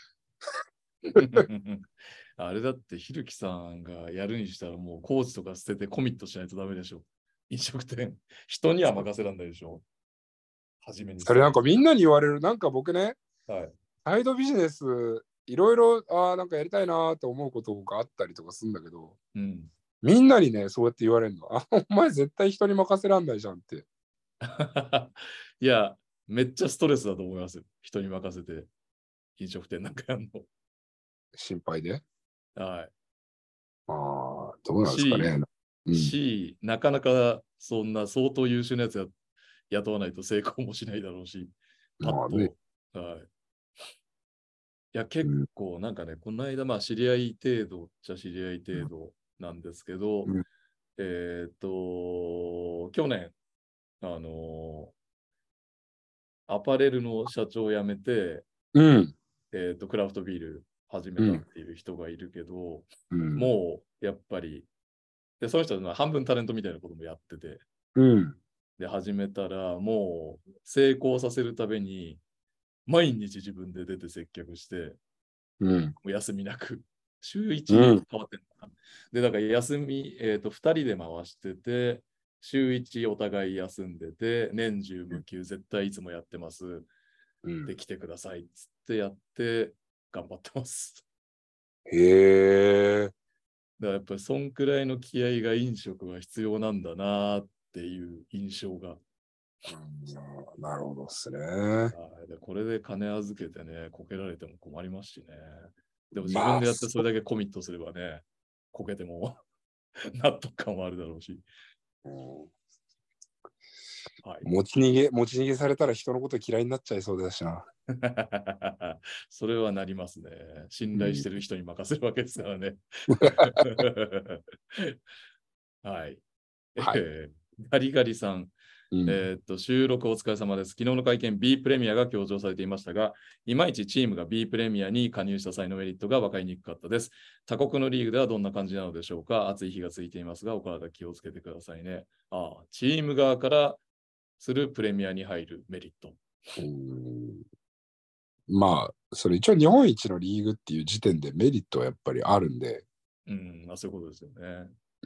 あれだって、ひるきさんがやるにしたらもうコーチとか捨ててコミットしないとダメでしょ。飲食店。人には任せらんないでしょ。初めに。 それなんかみんなに言われる。なんか僕ね、 はい、 サイドビジネス、いろいろ、ああ、なんかやりたいなって思うことがあったりとかするんだけど、 うん、 みんなにね、そうやって言われるの。あ、お前絶対人に任せらんないじゃんって。 いや、めっちゃストレスだと思いますよ。人に任せて飲食店なんかやるの。 心配で。 はい。 ああ、どうなんですかね。 うん、し、なかなかそんな相当優秀なやつや雇わないと成功もしないだろうし、パッと。ね、はい。いや、結構なんかね、うん、この間、まあ知り合い程度っちゃ知り合い程度なんですけど、うん、えっと、去年、あのー、アパレルの社長を辞めて、 うん、 えっと、クラフトビール始めたっていう人がいるけど、うん、もうやっぱり、で、その人は半分タレントみたいなこともやってて、 うん、 で、始めたら、もう成功させるために、毎日自分で出て接客して、 うん、 もう休みなく、週いち変わってんのかな。うん、で、だから休み、えっと、ふたりで回してて、週いちお互い休んでて、年中無休、絶対いつもやってます。 で来てくださいっつってやって頑張ってます。 へえ。 だからやっぱりそんくらいの気合が飲食は必要なんだなっていう印象が。 うん、なるほどですね。 でこれで金預けてね、こけられても困りますしね。でも自まあ、 分でやってそれだけコミットすればね、こけても納得感もあるだろうし。 うん、 はい、 持ち逃げ、持ち逃げされたら人のこと嫌いになっちゃいそうだしな。 それはなりますね。信頼してる人に任せるわけですからね。はい。 はい、 えーガリガリさん、 うん、 えーっと、収録お疲れ様です。昨日の会見、B プレミアが強調されていましたが、いまいちチームが B プレミアに加入した際のメリットが分かりにくかったです。他国のリーグではどんな感じなのでしょうか。暑い日がついていますが、お体気をつけてくださいね。ああ、チーム側からするプレミアに入るメリット。 うん、まあ、それ一応日本一のリーグっていう時点でメリットはやっぱりあるんで。 うん、まあ、そういうことですよね。 うん、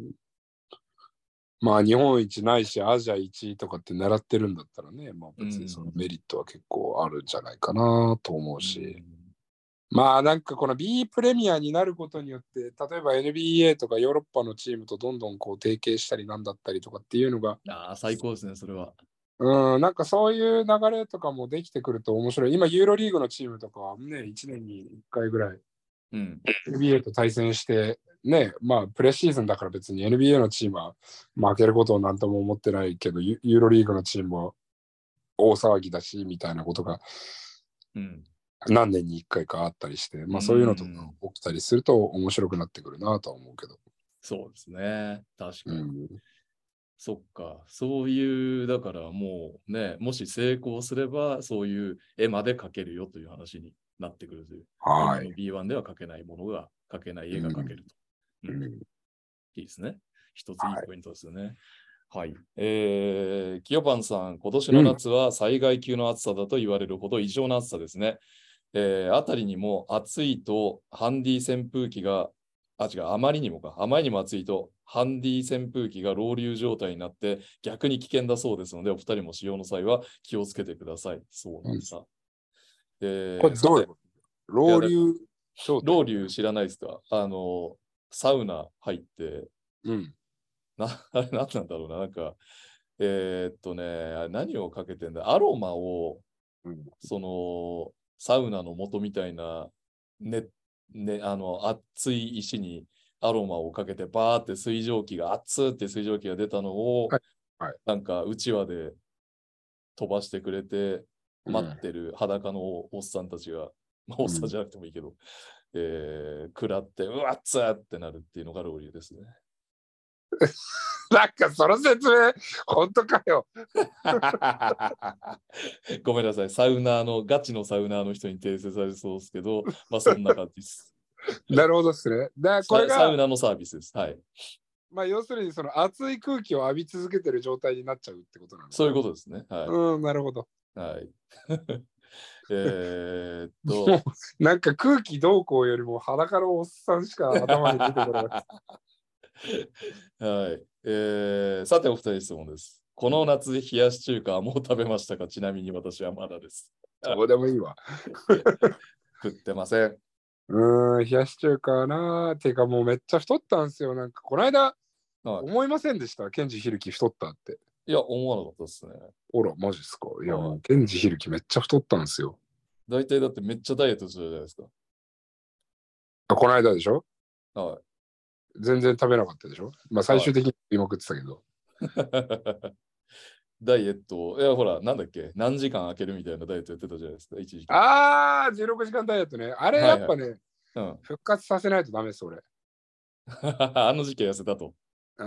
まあ日本一ないしアジア一位とかって狙ってるんだったらね、まあ別にそのメリットは結構あるんじゃないかなと思うし、うん、まあなんかこの B プレミアになることによって、例えば エヌビーエー とかヨーロッパのチームとどんどんこう提携したりなんだったりとかっていうのが、 ああ、最高ですね、それは。 うん、なんかそういう流れとかもできてくると面白い。今ユーロリーグのチームとかはね、いちねんにいっかいぐらいうん、 エヌビーエー と対戦して、ね、まあプレシーズンだから別に エヌビーエー のチームは負けることをなんとも思ってないけど、ユーロリーグのチームは大騒ぎだしみたいなことが何年にいっかいかあったりして、うん、まあそういうのとか起きたりすると面白くなってくるなとは思うけど。 そうですね、確かに。うん、そっか、そういう、だからもうね、もし成功すれば、そういう絵まで描けるよという話になってくるという。 はい、 今の ビーワン では描けないものが、描けない絵が描けると。うんうん、いいですね。一ついいポイントですよね。はい。はい、えー、キヨパンさん、今年の夏は災害級の暑さだと言われるほど異常な暑さですね。えー、あたりにも暑いとハンディ扇風機があ、違う、あまりにもか。あまりにも暑いと、ハンディ扇風機がロウリュウ状態になって逆に危険だそうですので、お二人も使用の際は気をつけてください。そうなんだ。うん、えー、これどういうこと？ロウリュウ状態。ロウリュウ知らないですか？あの、サウナ入って、うん。な、あれ何なんだろうな。なんか、えー、っとね、何をかけてんだ？アロマを、うん、その、サウナの元みたいな、ね、ね、あの、熱い石にアロマをかけて、バーって水蒸気が、熱ーって水蒸気が出たのを、はいはい、なんか、うちわで飛ばしてくれて、待ってる裸のおっさんたちが、まあ、おっさんじゃなくてもいいけど、うん、えー、食らって、うわっつーってなるっていうのがロウリュですね。 なんかその説明、本当かよ。 ごめんなさい。サウナーの、ガチのサウナーの人に訂正されそうですけど、まあそんな感じです。 なるほどですね。だこれがサウナのサービスです。はい。 まあ要するにその熱い空気を浴び続けてる状態になっちゃうってことなのかな。 そういうことですね。はい。 うん、なるほど。 はい。えーっと。 なんか空気どうこうよりも裸のおっさんしか頭に出てこない。 はい、えー。さてお二人質問です。この夏冷やし中華はもう食べましたか？ちなみに私はまだです。 どうでもいいわ。 食ってません。 うーん、冷やし中華な。てかもうめっちゃ太ったんですよ。なんかこの間、はい、思いませんでした。ケンジヒルキ太ったって。 いや、思わなかったですね。 ほら、マジっすか。いや、もうケンジヒルキめっちゃ太ったんですよ。 大体だってめっちゃダイエットするじゃないですか。 あ、この間でしょ？ はい。 全然食べなかったでしょ？まあ最終的に食いまくってたけど。 はい、ダイエット、いやほら、なんだっけ、何時間空けるみたいなダイエットやってたじゃないですか、一時期。 ああ、じゅうろくじかんダイエットね。あれやっぱね、はいはい、うん、復活させないとダメです、俺。 あの時期痩せたと。 うん。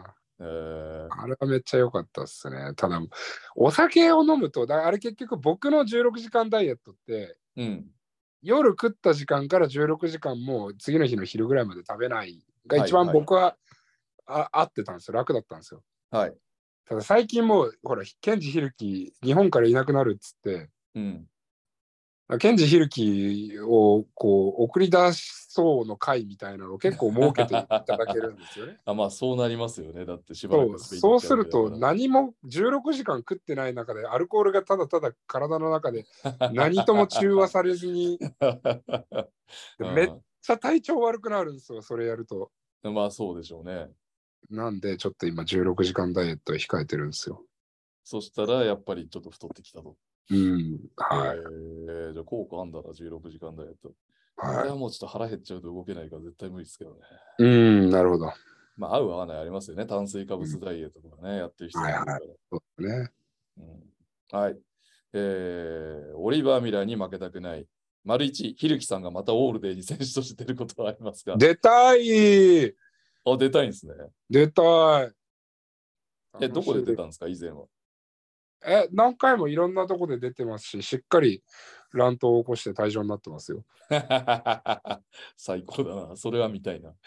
えー、あれはめっちゃ良かったっすね。ただ、お酒を飲むと、だあれ結局僕のじゅうろくじかんダイエットって、うん、夜食った時間からじゅうろくじかんも次の日の昼ぐらいまで食べないが一番僕は、はいはい、あ合ってたんですよ。楽だったんですよ。はい。ただ最近もう、ほら、ケンジヒルキ、日本からいなくなるっつって、うん、 ケンジ・ヒルキをこう送り出しそうの会みたいなのを結構設けていただけるんですよね。 あ、まあそうなりますよね。だってしばらそう、 くスペインに行そうするとっちゃうわけだから。 何もじゅうろくじかん食ってない中でアルコールがただただ体の中で何とも中和されずにめっちゃ体調悪くなるんですよ、それやると。 まあそうでしょうね。 なんでちょっと今じゅうろくじかんダイエットを控えてるんですよ。 そしたらやっぱりちょっと太ってきたと。 うん、はい。 えー、じゃあ効果あんだな、じゅうろくじかんダイエット。 はい、 俺はもうちょっと腹減っちゃうと動けないから絶対無理ですけどね。 うん、なるほど。 まあ合う合わないありますよね。炭水化物ダイエットとかね、うん、やってる人もいるから。はいはい、 そうね、 うん。はい。えー、オリバー・ミラーに負けたくない。丸一、ひるきさんがまたオールデーに選手として出ることはありますか？ 出たい。 あ、出たいんですね。 出たい。 え、どこで出たんですか、以前は。 え、何回もいろんなとこで出てますし、しっかり乱闘を起こして退場になってますよ。 最高だな。それは見たいな。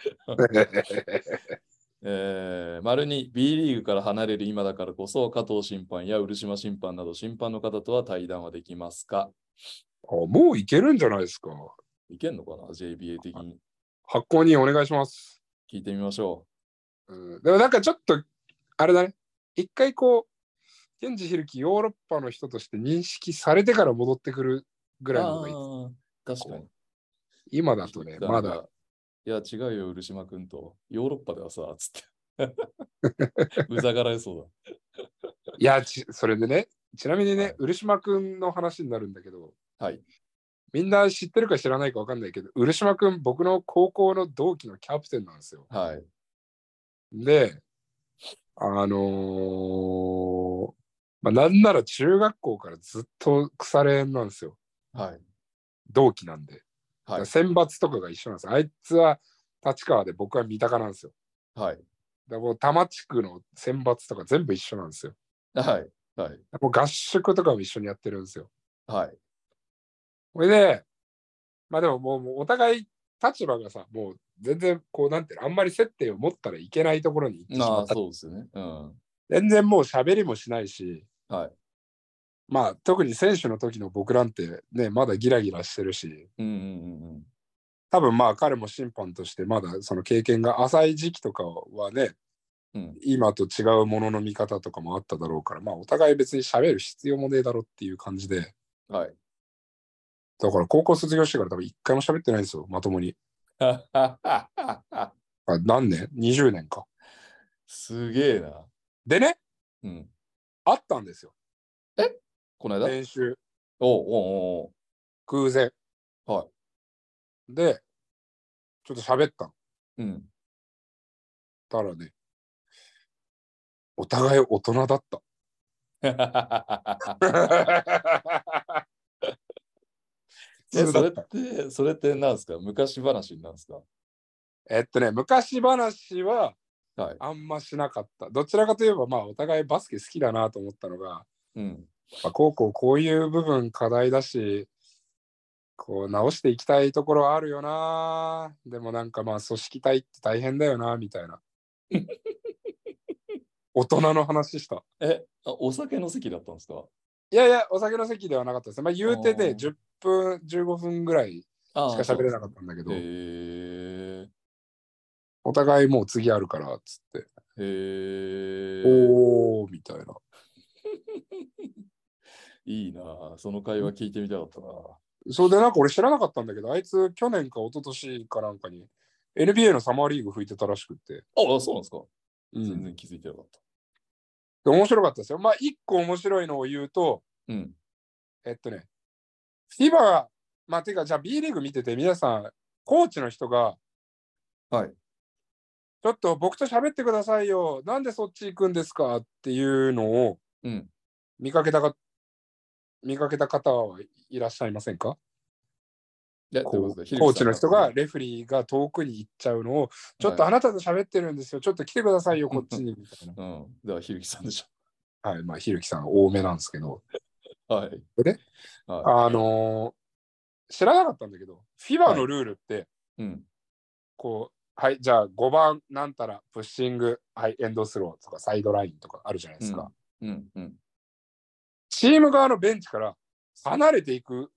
えー、丸に B リーグから離れる今だからこそ加藤審判や漆島審判など審判の方とは対談はできますか？ あ、もういけるんじゃないですか。 いけんのかな ジェイビーエー 的に。 発行にお願いします。 聞いてみましょう。うん、でもなんかちょっとあれだね。一回こうケンジ・ヒルキヨーロッパの人として認識されてから戻ってくるぐらいの方がいい。 ああ、確かに。 今だとね、まだ。 いや、違うよ、漆島君と。ヨーロッパではさ、つって。うざがられそうだ。いや、それでね、ちなみにね、はい、漆島君の話になるんだけど、 はい。 みんな知ってるか知らないか分かんないけど、漆島君、僕の高校の同期のキャプテンなんですよ。 はい。 で、あのー、まあ、なんなら中学校からずっと腐れ縁なんですよ。 はい。 同期なんで。 はい、 選抜とかが一緒なんですよ。あいつは立川で僕は三鷹なんですよ。 はい。 だから多摩地区の選抜とか全部一緒なんですよ。 はい。はい。 もう合宿とかも一緒にやってるんですよ。 はい。 それで、まあでももう、もうお互い立場がさ、もう全然こうなんていうの、あんまり接点を持ったらいけないところに行ってしまった。 まあそうですよね。うん。 全然もう喋りもしないし、 はい。 まあ特に選手の時の僕なんてね、まだギラギラしてるし、 うんうんうんうん、 多分まあ彼も審判としてまだその経験が浅い時期とかはね、うん、今と違うものの見方とかもあっただろうから、まあお互い別に喋る必要もねえだろっていう感じで、 はい。 だから高校卒業してから多分一回も喋ってないんですよ、まともに。あ、何年 ?にじゅう 年か。 すげえな。 でね、 うん、 あったんですよ。 えこの間練習。 おうおうおう空前。 はい。 で、ちょっと喋ったの。 うん。 たらね、お互い大人だった。 え、それって、それって何ですか？昔話なんですか？ えっとね、昔話はあんましなかった。はい、どちらかといえば、まあ、お互いバスケ好きだなと思ったのが、うん、まあ、こうこうこういう部分課題だし、こう直していきたいところあるよな。でもなんかまあ組織体って大変だよなみたいな。大人の話した。 えあ、お酒の席だったんですか？ いやいや、お酒の席ではなかったです。まあ言うてでじゅっぷん、じゅうごふんぐらいしか喋れなかったんだけど、へお互いもう次あるからっつって。へおーみたいな。 いいな、その会話聞いてみたかったな。 そうで、なんか俺知らなかったんだけど、あいつ去年か一昨年かなんかに エヌビーエー のサマーリーグ吹いてたらしくって。 ああ、そうなんですか、うん、全然気づいてなかった。 で面白かったですよ。まあ一個面白いのを言うと、うん、えっとね、フィバ、まあてかじゃあ B リーグ見てて皆さん、コーチの人が、はい。ちょっと僕と喋ってくださいよ。なんでそっち行くんですかっていうのを見かけたか、見かけた方はいらっしゃいませんか？こうコーチの人がレフェリーが遠くに行っちゃうのを、ちょっとあなたと喋ってるんですよ。ちょっと来てくださいよ、こっちに。みたいな。うん。 だからひるきさんでしょ。はい。まあ、ひるきさん多めなんですけど。はい。でね、はい、あのー、知らなかったんだけど、フィバ のルールって、はい、うん、こう、はい、じゃあごばんなんたらプッシング、はい、エンドスローとかサイドラインとかあるじゃないですか。うんうんうん、チーム側のベンチから離れていくの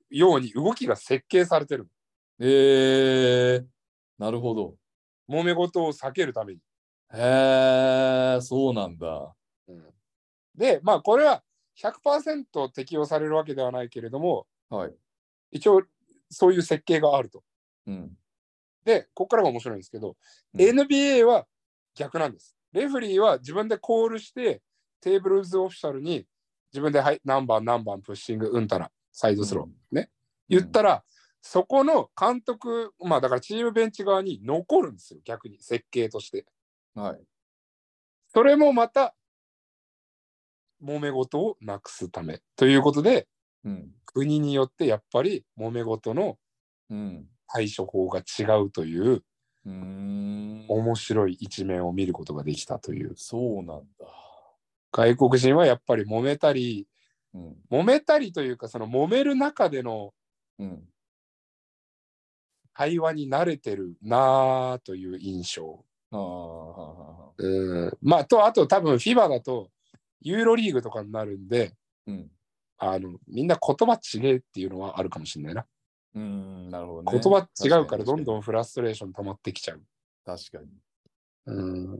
ように動きが設計されてる。 えー、なるほど。 揉め事を避けるために。 へえ、そうなんだ。 うん、で、まあこれは ひゃくパーセント 適用されるわけではないけれども、 はい。 一応そういう設計があると。 うん、 で、ここからが面白いんですけど、 うん、 エヌビーエー は逆なんです。レフリーは自分でコールして、テーブルズオフィシャルに自分で、はい、何番何番プッシング、うんたら、サイドスロー、うん、ね。言ったら、うん、そこの監督、まあだからチームベンチ側に残るんですよ、逆に、設計として。 はい。 それもまた、揉め事をなくすためということで、うん、国によってやっぱり揉め事の対処法が違うという、うん、面白い一面を見ることができたという。 そうなんだ。 外国人はやっぱり揉めたり、うん、揉めたりというかその揉める中での会話に慣れてるなという印象。あうん、まあとあと多分 フィバ だとユーロリーグとかになるんで、うん、あのみんな言葉違えっていうのはあるかもしれないな。うん、なるほどね。言葉違うからどんどんフラストレーション溜まってきちゃう。 確かに。 うん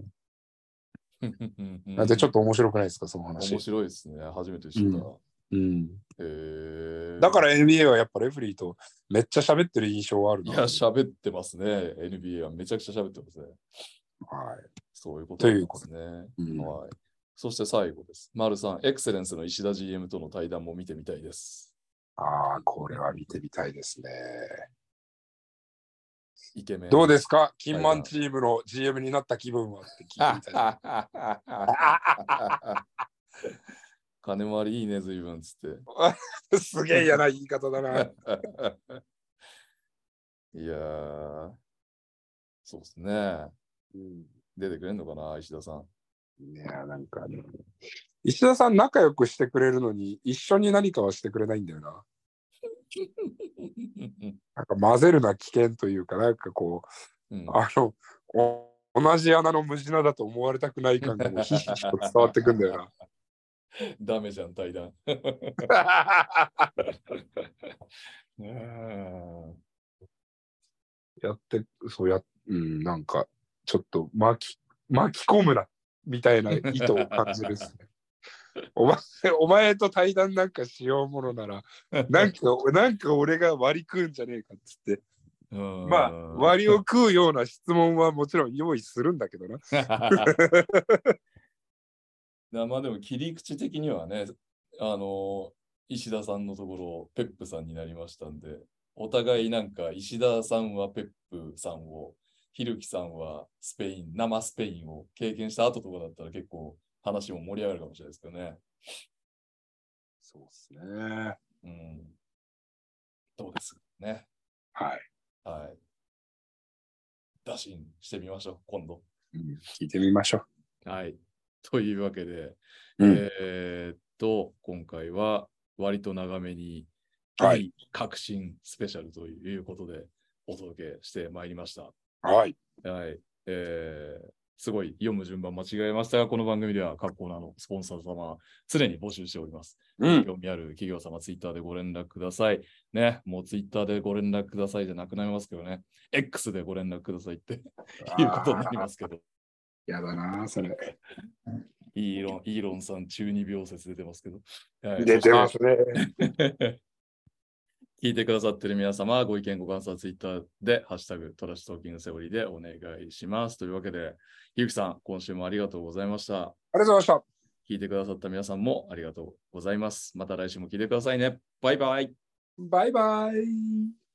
でちょっと面白くないですか、その話。 面白いですね。初めて知った。うん。 へー。だから エヌビーエー はやっぱレフリーとめっちゃ喋ってる印象はあるな。 いや、喋ってますね。エヌビーエー はめちゃくちゃ喋ってますね。 はい。 そういうことですね。うん、はい。そして最後です。丸さん、エクセレンスの石田 ジーエム との対談も見てみたいです。 ああ、これは見てみたいですね。 イケメン。 どうですか、キンマンチームの ジーエム になった気分はって聞いてみたい。 金回りいいね、随分つって。 すげえ嫌な言い方だな。 いやー、そうですね。うん、出てくれんのかな、石田さん。 いや、なんかね、石田さん仲良くしてくれるのに一緒に何かはしてくれないんだよな。なんか混ぜるな危険というか、なんかこう、うん、あの同じ穴の無地なだと思われたくない感がもうひしひしと伝わってくんだよな。 ダメじゃん、対談。 やって、そうや、うん、なんか、ちょっと巻き、巻き込むな、みたいな意図を感じるですね。お前、お前と対談なんかしようものなら、なんか、なんか俺が割り食うんじゃねえかっつって。まあ、割りを食うような質問はもちろん用意するんだけどな。 まあでも切り口的にはね、あの、石田さんのところ、ペップさんになりましたんで、お互いなんか石田さんはペップさんを、ひるきさんはスペイン、生スペインを経験した後とかだったら結構話も盛り上がるかもしれないですけどね。 そうですね。 うん。どうですかね。 はい。 はい。打診してみましょう、今度。 うん、聞いてみましょう。はい。というわけで、 うん、 えー、っと、今回は割と長めに、 はい、 革新スペシャルということでお届けしてまいりました。 はい。 はい。えー、すごい読む順番間違えましたが、この番組では各コーナーのスポンサー様、常に募集しております。うん、興味ある企業様、ツイッターでご連絡ください。ね、もうツイッターでご連絡くださいじゃなくなりますけどね、X でご連絡くださいっていうことになりますけど。 やだな、それ。 イーロン、イーロンさん中二病説出てますけど。 はい、出てますね。 聞いてくださっている皆様、ご意見、ご感想はツイッターで、ハッシュタグ、トラッシュトーキングセオリーでお願いします。というわけで、ひゆきさん、今週もありがとうございました。 ありがとうございました。 聞いてくださった皆さんもありがとうございます。また来週も聞いてくださいね。バイバイ。 バイバイ。